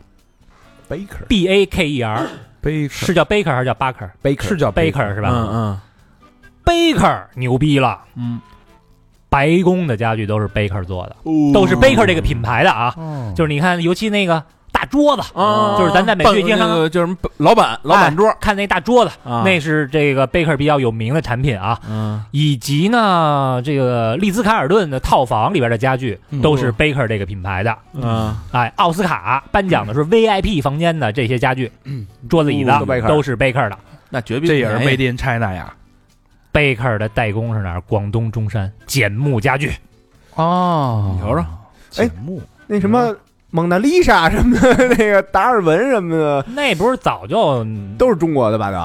？Baker B A K E R Baker 是叫 Baker 还是叫 Baker？Baker 是叫 Baker 是吧？ 嗯嗯 ，Baker 牛逼了， 嗯。 白宫的家具都是 Baker 做的， 哦、 都是 Baker 这个品牌的啊。 哦、 就是你看，尤其那个大桌子， 哦、 就是咱在美剧经常、 那个、就是老板老板桌、 哎、看那大桌子， 啊、 那是这个 Baker 比较有名的产品啊。 嗯， 以及呢，这个丽兹卡尔顿的套房里边的家具都是 Baker 这个品牌的。 嗯， 哎，奥斯卡颁奖的是 V I P 房间的这些家具，嗯、桌子椅子、 哦、 都是 Baker 的。 那绝壁这也是 Made in China 呀。 Baker 的代工是哪儿？广东中山简木家具。 哦， 你瞅瞅， 简木、 哎、那什么蒙娜丽莎什么的，那个达尔文什么的， 那不是早就都是中国的吧？都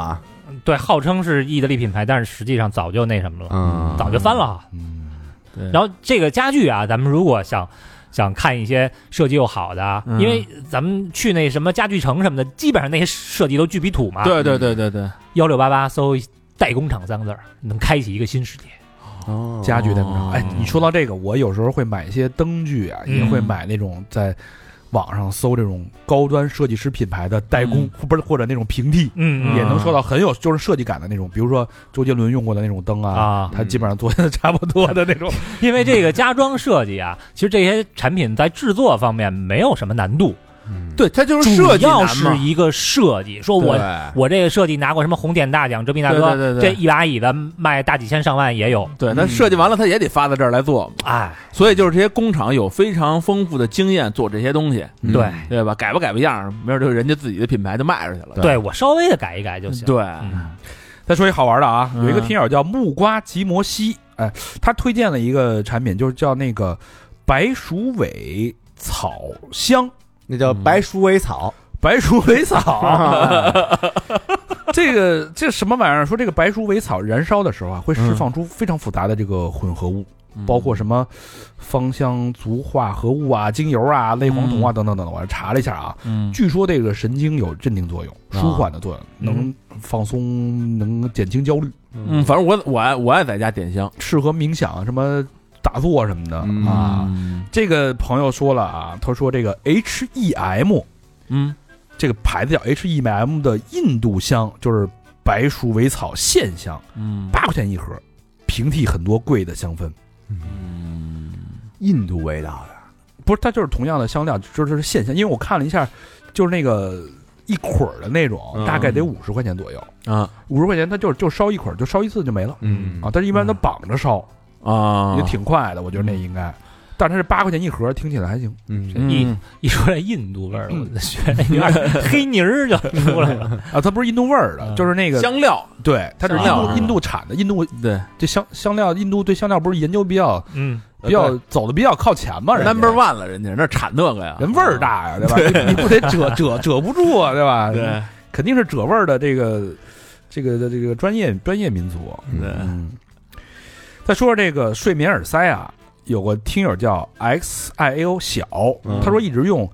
对，号称是意大利品牌，但是实际上早就那什么了，嗯，早就翻了。 嗯，对。 然后这个家具啊，咱们如果想想看一些设计又好的，嗯、因为咱们去那什么家具城什么的，基本上那些设计都巨比土嘛。 对对对对对， 幺六八八搜代工厂三个字儿，能开启一个新世界。 哦，家具代工厂。哎，你说到这个，我有时候会买一些灯具啊，嗯、也会买那种在网上搜这种高端设计师品牌的代工，嗯、不是或者那种平替，嗯，也能收到很有就是设计感的那种，比如说周杰伦用过的那种灯啊，啊它基本上做的差不多的那种。 因为这个家装设计啊，其实这些产品在制作方面没有什么难度。 嗯、对，它就是设计主要是一个设计。说我我这个设计拿过什么红点大奖、折臂大哥， 对对对对这一把椅子卖大几千上万也有。 对，它设计完了，它也得发到这儿来做。 哎， 所以就是这些工厂有非常丰富的经验做这些东西， 嗯、对对吧？改吧改吧样，没准就人家自己的品牌就卖出去了。 对, 对我稍微的改一改就行。 对， 嗯、再说一好玩的啊，有一个听友叫木瓜吉摩西，哎，他推荐了一个产品，就是叫那个白鼠尾草香。 那叫白鼠尾草， 嗯、白鼠尾草，这个这什么玩意儿？说这个白鼠尾草燃烧的时候啊，会释放出非常复杂的这个混合物，嗯、包括什么芳香族化合物啊、精油啊、类黄酮啊、嗯、等等等等。我查了一下啊，嗯、据说这个神经有镇定作用、舒缓的作用，啊、能放松、能减轻焦虑。 嗯，反正我我爱我爱在家点香， 适合冥想什么。打坐什么的、嗯、啊，这个朋友说了啊，他说这个 H E M， 嗯，这个牌子叫 H E M 的印度香，就是白鼠尾草线香，嗯，八块钱一盒，平替很多贵的香氛， 嗯，印度味道的， 不是，它就是同样的香料，就是线香，因为我看了一下，就是那个一捆的那种，嗯、大概得五十块钱左右啊，五十块钱它就就烧一捆，就烧一次就没了，嗯啊，但是一般都绑着烧。啊，也挺快的，我觉得那应该，但是它是八块钱一盒，听起来还行。 嗯，一一说这印度味儿，我就觉得有点黑泥儿就出来了啊。它不是印度味儿的，就是那个香料， 对，它是印度印度产的，印度对这香香料，印度对香料不是研究比较嗯比较走的比较靠前嘛 ，number one 了，人家那产那个呀， 人味儿大呀，对吧？对你不得遮遮遮不住啊，对吧？ 对， 肯定是遮味儿的这个这个的这个专业专业民族。 对。 嗯再说说这个睡眠耳塞啊，有个听友叫 X I A O 小，嗯、他说一直用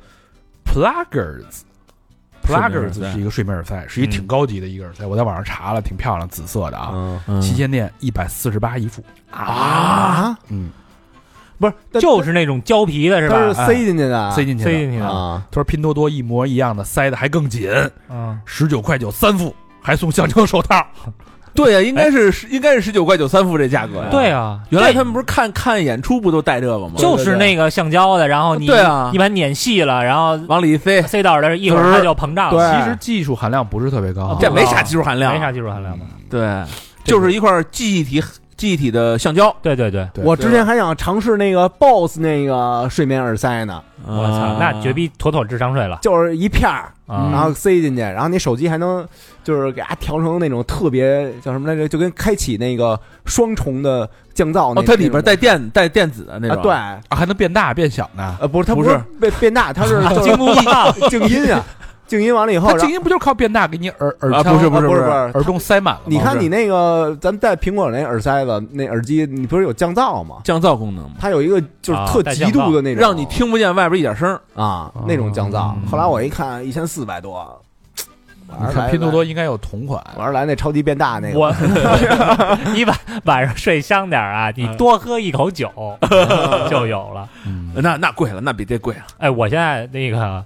Pluggers，Pluggers 是一个睡眠耳塞，是一挺高级的一个耳塞，嗯、我在网上查了，挺漂亮，紫色的啊，嗯、旗舰店一百四十八一副啊， 嗯， 不是，就是那种胶皮的是吧？ 是塞进去的， 塞进去的， 塞进去的啊。他说拼多多一模一样的，塞的还更紧，嗯，十九块九三副，还送橡胶手套。 对呀、啊，应该是、哎、应该是十九块九三副这价格呀。 对啊， 原来他们不是看看演出不都带这个吗？ 就是那个橡胶的，然后你对啊， 一般碾细了，然后往里一塞， 塞到这一会儿它就膨胀了。其实技术含量不是特别高， 这没啥技术含量， 没啥技术含量的。 对，就是一块记忆体记忆体的橡胶。 对对对， 我之前还想尝试那个 B O S S 那个睡眠耳塞呢。 我操，那绝逼妥妥智商税了。 就是一片儿，然后塞进去，然后你手机还能就是给它调成那种特别叫什么来着，就跟开启那个双重的降噪那。 哦，它里边带电带电子的那种。 对， 啊，还能变大变小呢。 呃，不是，它不是变变大，它是静音静音啊。静音完了以后， 它静音不就是靠变大给你耳耳啊？不是不是不是耳洞塞满了。 你看你那个咱们戴苹果那耳塞子那耳机，你不是有降噪吗？ 降噪功能吗？ 它有一个就是特极度的那种， 让你听不见外边一点声啊，那种降噪。后来我一看，一千四百多。 你看拼多多应该有同款。 我是来那超级变大那个。 我你晚晚上睡香点啊，你多喝一口酒就有了。 那那贵了，那比这贵了。 哎，我现在那个。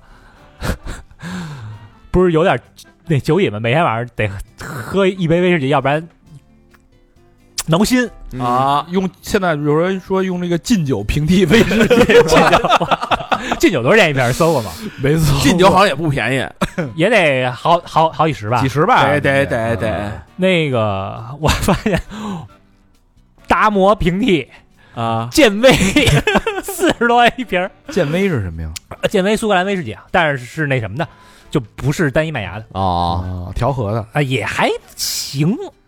不是有点那酒瘾吗？每天晚上得喝一杯威士忌，要不然挠心啊。用现在有人说用那个禁酒平替威士忌， 禁酒多少钱一瓶？搜过吗？ 没错， 禁酒好像也不便宜， 也得好好好几十吧， 几十吧。 对对对对， 那个我发现达摩平替啊， 健威四十多一瓶。 健威是什么呀？ 健威苏格兰威士忌啊，但是是那什么的，就不是单一麦芽的哦，调和的啊，也还行。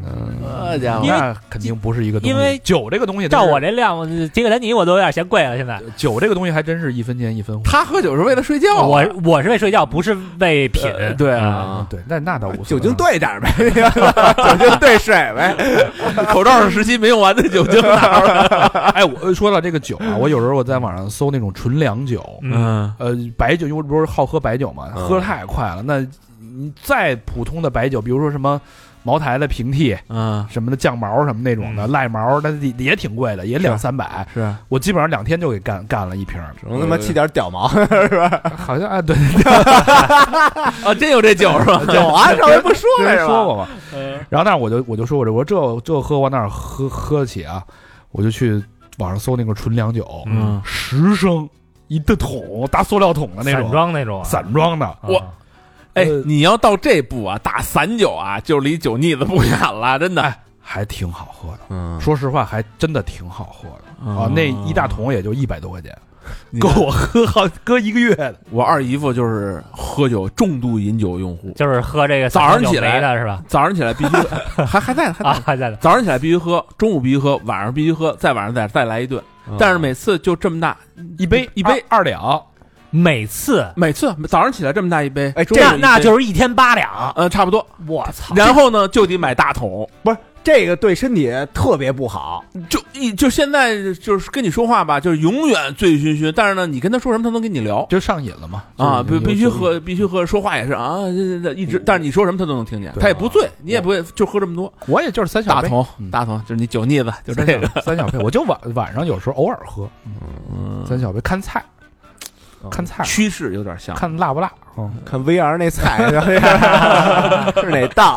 嗯，家伙，那肯定不是一个东西。 因为酒这个东西， 照我这量，杰克丹尼我都有点嫌贵了。现在酒这个东西还真是一分钱一分货。 他喝酒是为了睡觉、啊， 我我是为睡觉，不是为品。 呃、对啊， 对，那那倒无所谓。 酒精兑点呗，酒精兑水呗。 口罩时期没用完的酒精拿出来。 哎，我说到这个酒啊，我有时候我在网上搜那种纯粮酒，嗯，呃，白酒，因为我不是好喝白酒嘛，喝的太快了。那你再普通的白酒，比如说什么。茅台的平替，嗯，什么的酱毛什么那种的，赖毛，那也挺贵的，也两三百。 是， 我基本上两天就给干干了一瓶， 只能他妈沏点屌毛是吧？ 好像啊，对， 啊，真有这酒是吧？ 有啊，上回不说了是吧？ 说过嘛。然后那我就我就说我这我这这喝我哪喝喝得起啊？我就去网上搜那个纯粮酒，嗯，十升一大桶，大塑料桶的那种， 散装那种， 散装的， 我。哎，你要到这步啊，打散酒啊，就离酒腻子不远了，真的， 哎、还挺好喝的。嗯，说实话，还真的挺好喝的、嗯、啊。那一大桶也就一百多块钱，够我喝好喝一个月的。 我二姨夫就是喝酒重度饮酒用户， 就是喝这个早上起来的是吧？ 早上起来必须还还在还在、 啊、还在的。 早上起来必须喝，中午必须喝，晚上必须喝，再晚上再再来一顿。嗯、但是每次就这么大一杯， 一杯二两。 每次每次早上起来这么大一杯， 哎， 这那就是一天八两， 呃，差不多。 我操！ 然后呢，就得买大桶， 不是这个对身体特别不好。 就一就现在就是跟你说话吧，就是永远醉醺醺，但是呢，你跟他说什么，他能跟你聊， 就上瘾了嘛。 啊，必必须喝，必须喝，说话也是啊，一直，但是你说什么他都能听见，他也不醉，你也不会就喝这么多。 我也就是三小杯大桶，大桶就是你酒腻子，就这个三小杯，我就晚晚上有时候偶尔喝，嗯，三小杯看菜。看菜趋势有点像， 看辣不辣？ 嗯，看 V R 那菜是哪档？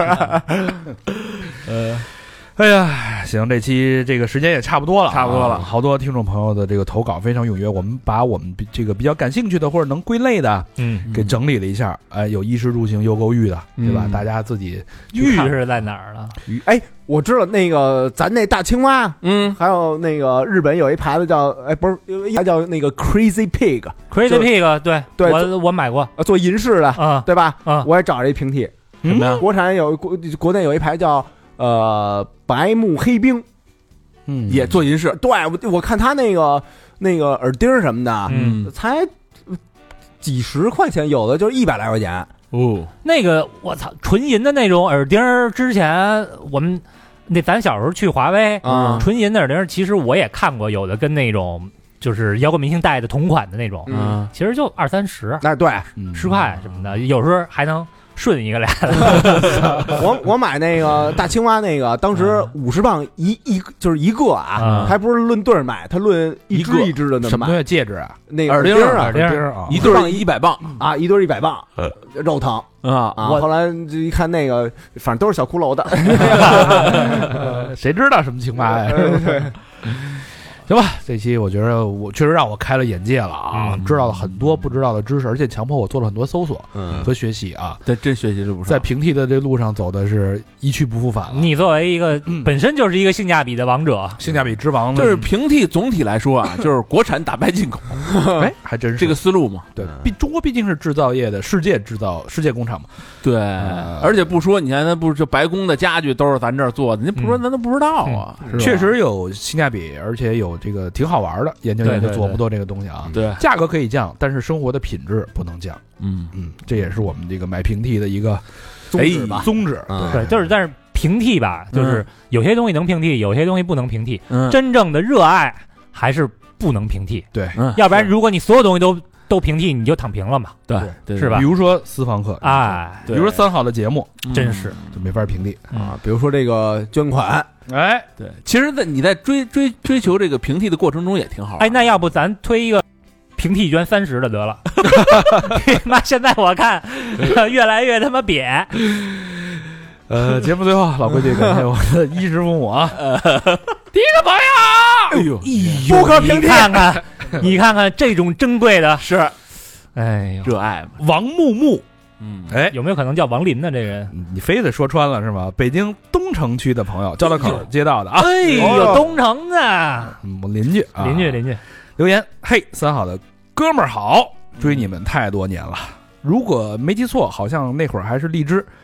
呃，哎呀，行，这期这个时间也差不多了， 差不多了。 好多听众朋友的这个投稿非常踊跃，我们把我们这个比较感兴趣的或者能归类的，嗯，给整理了一下。哎，有衣食住行又够寓的，对吧？大家自己寓是在哪儿呢？ 寓，哎。我知道那个咱那大青蛙，嗯，还有那个日本有一牌子叫，哎，不是，它叫那个 Crazy Pig，Crazy Pig， 对对， 我我买过， 做银饰的，嗯，对吧？ 嗯， 我也找着一平替， 什么呀？ 国产有国国内有一牌叫呃白木黑冰， 嗯，也做银饰， 对我我看他那个那个耳钉什么的，嗯，才几十块钱，有的就是一百来块钱。 哦， 那个我操，纯银的那种耳钉，之前我们那咱小时候去华为，嗯，纯银的耳钉，其实我也看过，有的跟那种就是摇滚明星戴的同款的那种，嗯，其实就二三十， 哎，对， 十块什么的，有时候还能顺一个俩的。 我我买那个大青蛙那个，当时五十磅一一就是一个啊，嗯、还不是论对买，它论一只一只的那什么东西戒指啊， 那个耳钉啊， 耳钉啊， 一对一百磅啊，一对一百磅，肉疼啊啊！后来就一看那个，反正都是小骷髅的， 谁知道什么青蛙呀？行吧，这期我觉得我确实让我开了眼界了啊，嗯、知道了很多不知道的知识，而且强迫我做了很多搜索和学习啊。 对，真学习了不少， 在平替的这路上走的是一去不复返了。 你作为一个、嗯、本身就是一个性价比的王者， 性价比之王， 就是平替总体来说啊，就是国产打败进口， 哎，还真是这个思路嘛。 对，毕中国毕竟是制造业的世界制造世界工厂嘛。 对，呃、而且不说，你看，那不是就白宫的家具都是咱这儿做的，你不说咱都不知道啊。 嗯、确实有性价比，而且有这个挺好玩的，研究研究琢磨琢这个东西啊。 对， 价格可以降，但是生活的品质不能降。嗯嗯，这也是我们这个买平替的一个宗旨吧。 宗旨， 对，就是但是平替吧，就是有些东西能平替，有些东西不能平替。嗯，真正的热爱还是不能平替。 对， 要不然如果你所有东西都都平替，你就躺平了嘛。 对，对是吧？ 比如说私房课， 哎， 比如说三好的节目， 真是就没法平替啊。比如说这个捐款。 哎， 对，其实，在你在追追追求这个平替的过程中也挺好。 哎，那要不咱推一个平替捐三十的得了？妈，现在我看越来越他妈瘪。 呃，节目最后老规矩，感谢我的衣食父母啊。第一个朋友， 哎呦， 不可平替， 你看看，你看看这种珍贵的， 是， 哎呦， 热爱王木木。 嗯， 哎， 有没有可能叫王林呢？这人， 你非得说穿了是吗？北京东城区的朋友，交道口街道的啊。 哎呦，东城的， 嗯，我邻居啊， 邻居邻居留言，嘿，三好的哥们儿好，追你们太多年了。如果没记错，好像那会儿还是荔枝，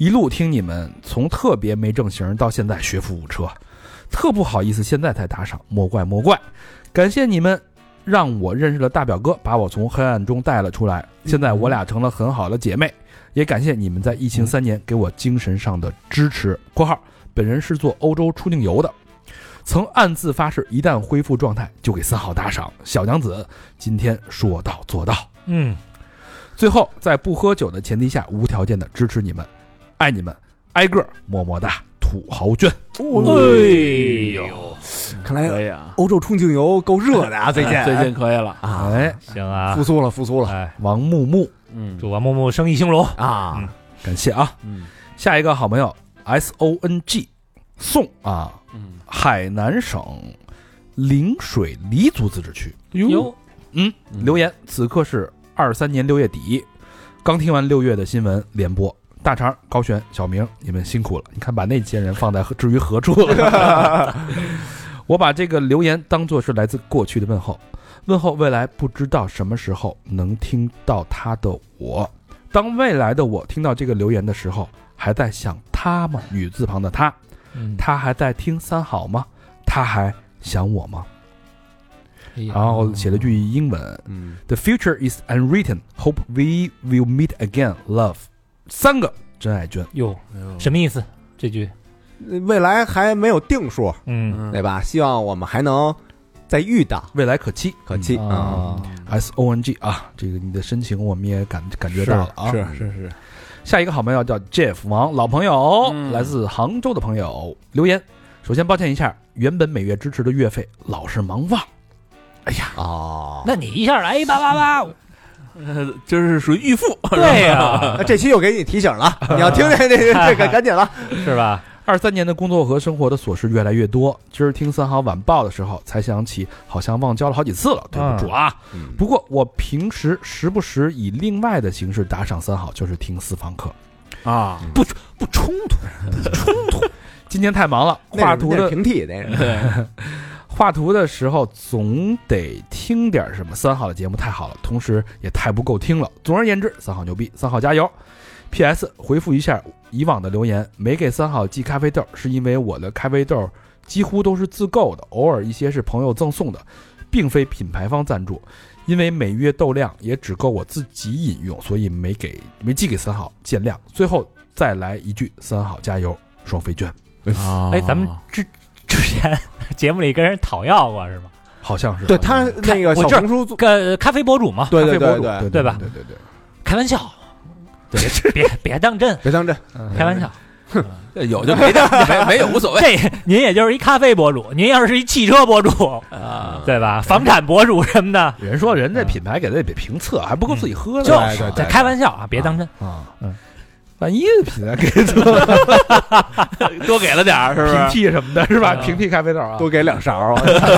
一路听你们从特别没正形到现在学富五车，特不好意思现在才打赏，莫怪莫怪。感谢你们让我认识了大表哥，把我从黑暗中带了出来，现在我俩成了很好的姐妹。也感谢你们在疫情三年给我精神上的支持。括号本人是做欧洲出境游的，曾暗自发誓一旦恢复状态就给三好打赏。小娘子今天说到做到。 嗯， 最后在不喝酒的前提下无条件的支持你们，爱你们，挨个么么哒。土豪捐。 哎呦， 看来可以啊， 欧洲出境游够热的啊，最近最近可以了啊， 哎， 行啊， 复苏了，复苏了。 哎， 王木木， 嗯， 祝王木木生意兴隆啊， 嗯、 感谢啊。 嗯， 下一个好朋友 S O N G 宋啊， 嗯， 海南省陵水黎族自治区。 哟， 嗯，留言，此刻是二三年六月底，刚听完六月的新闻联播。大肠、高璇、小明，你们辛苦了！你看，把那些人放在至于何处了？我把这个留言当作是来自过去的问候，问候未来不知道什么时候能听到他的我。当未来的我听到这个留言的时候，还在想他吗？女字旁的他， 嗯、 他还在听三好吗？他还想我吗？ 哎、 然后写了句英文、 嗯、 ：The future is unwritten. Hope we will meet again. Love. 三个真爱捐。 哟，什么意思？这句未来还没有定数， 嗯， 对吧？希望我们还能再遇到， 未来可期， 可期啊、嗯、！S O N G 啊，这个你的深情我们也感感觉到了啊。 是是是。 下一个好朋友叫 Jeff 王，老朋友， 嗯、 来自杭州的朋友留言。首先抱歉一下，原本每月支持的月费老是忙忘。哎呀， 哦， 那你一下来八八八。 呃，就是属于预付， 对呀、啊， 这期又给你提醒了，你要听这这这个赶紧了， 是吧？ 二三年的工作和生活的琐事越来越多，今儿听三好晚报的时候才想起，好像忘交了好几次了，对不住啊。 嗯、 不过我平时时不时以另外的形式打赏三好，就是听私房课啊， 不不冲突，不冲突。今天太忙了，画图的平替那是。 画图的时候总得听点什么，三好的节目太好了，同时也太不够听了。总而言之，三好牛逼，三好加油。P S 回复一下以往的留言，没给三好寄咖啡豆，是因为我的咖啡豆几乎都是自购的，偶尔一些是朋友赠送的，并非品牌方赞助。因为每月豆量也只够我自己饮用，所以没给没寄给三好，见谅。最后再来一句，三好加油，双飞娟。 哎，咱们之之前节目里跟人讨要过是吗？ 好像是。 对他那个小红书个咖啡博主嘛， 对对对对对对吧？ 对对对， 开玩笑，别别别当真， 别当真， 开玩笑。 有就没没没有无所谓。 这您也就是一咖啡博主，您要是一汽车博主啊，对吧？房产博主什么的， 人说人这品牌给的得评测，还不够自己喝的， 就是在开玩笑啊，别当真啊。嗯，万一品牌给多多给了点儿，是不是？ 平替什么的，是吧？平替咖啡豆啊， 多给两勺。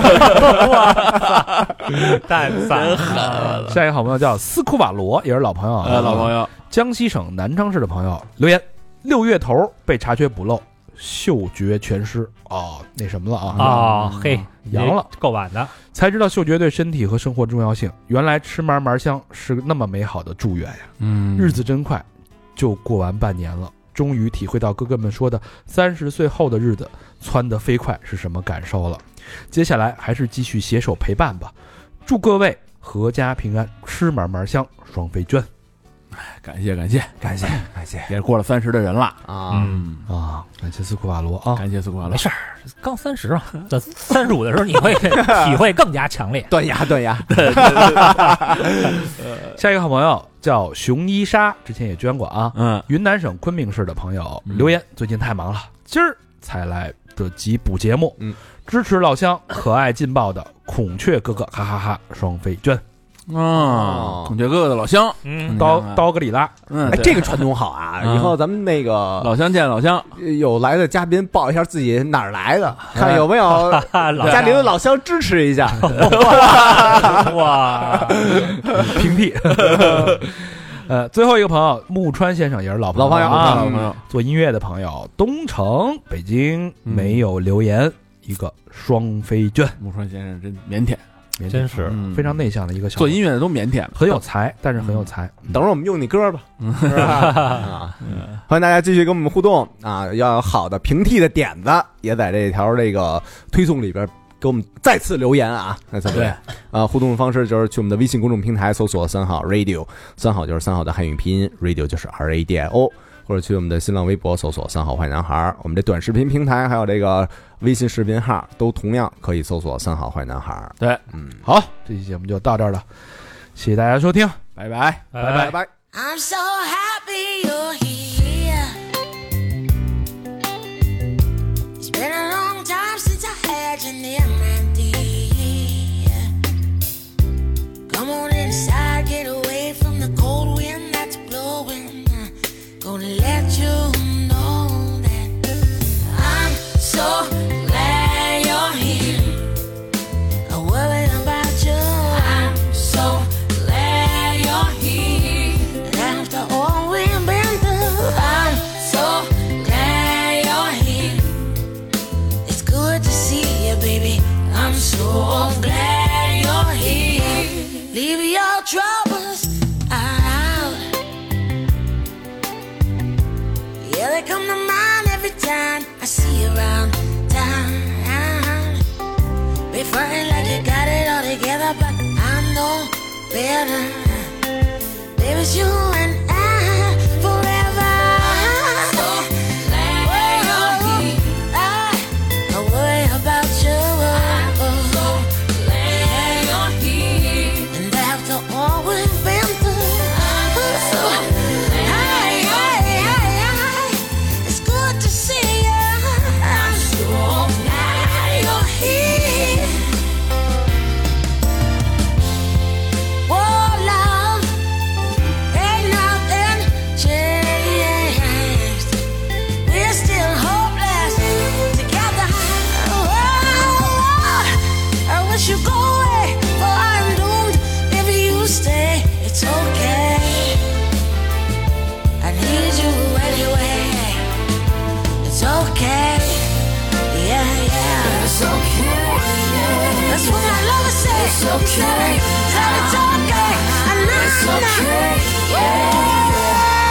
太惨了。 下一个好朋友叫斯库瓦罗，也是老朋友啊， 老朋友， 江西省南昌市的朋友留言。六月头被查缺补漏，嗅觉全失哦，那什么了啊？ 啊、哦，嘿， 阳了， 够晚的， 才知道嗅觉对身体和生活重要性。原来吃嘛嘛香是那么美好的祝愿呀！ 嗯， 日子真快，就过完半年了，终于体会到哥哥们说的三十岁后的日子窜得飞快是什么感受了。接下来还是继续携手陪伴吧，祝各位阖家平安，吃嘛嘛香，双飞娟。 感谢感谢感谢感谢， 也是过了三十的人了啊！ 嗯啊，感谢斯库瓦罗啊， 感谢斯库瓦罗。 没事儿，刚三十嘛，这三十五的时候你会体会更加强烈。 断崖断崖。 下一个好朋友叫熊伊莎，之前也捐过啊。 嗯， 云南省昆明市的朋友留言，最近太忙了，今儿才来得及补节目。 嗯， 支持老乡可爱劲爆的孔雀哥哥，哈哈哈！双飞捐。 啊，孔雀哥哥的老乡， 嗯， 刀刀格里拉， 嗯， 哎，这个传统好啊！以后咱们那个老乡见老乡， 有来的嘉宾报一下自己哪儿来的，看有没有家里的老乡支持一下。 哇， 平替。呃，最后一个朋友木川先生也是老老朋友啊， 老朋友， 做音乐的朋友，东城北京没有留言，一个双飞捐。 木川先生真腼腆。 腼腆， 真是非常内向的一个小做音乐的都腼腆， 很有才，但是很有才。 等会儿我们用你歌吧，是吧？啊，欢迎大家继续跟我们互动啊！要有好的平替的点子，也在这条这个推送里边给我们再次留言啊！再次留言啊！互动的方式就是去我们的微信公众平台搜索三好 radio， 三好就是三好的汉语拼音 ，radio 就是 R A D I O。或者去我们的新浪微博搜索三好坏男孩，我们这短视频平台还有这个微信视频号都同样可以搜索三好坏男孩。 对， 嗯， 好，这期节目就到这儿了，谢谢大家收听， 拜拜， 拜拜， 拜拜。 I'm so happy you're here. It's been a long time since I had you near my dear. Come on inside, get away from the cold wind that's blowing. Gonna let you know that I'm so glad you're here. I'm worried about you. I'm so glad you're here. And after all we've been through, I'm so glad you're here. It's good to see you, baby. I'm so glad you're here. Leave your troubles out. Yeah, they come to mind every time I see you around town. Be frontin' like you got it all together, but I know better. Baby, it's you and I forever. So glad you're here. I don't worry about you. I'm so glad you're here. And after all we've been through, I'm so glad you're here. It's good to see you. I'm so glad you're here. Whoa, love, ain't nothing changed. We're still hopeless together. Whoa, I wish you'd go away, for I'm doomed if you stay. It's okay. I need you anyway. It's okay. Yeah, yeah. It's okay. Yeah. That's what my lover said. It's okay. Said it's okay. I know. It's okay. Yeah.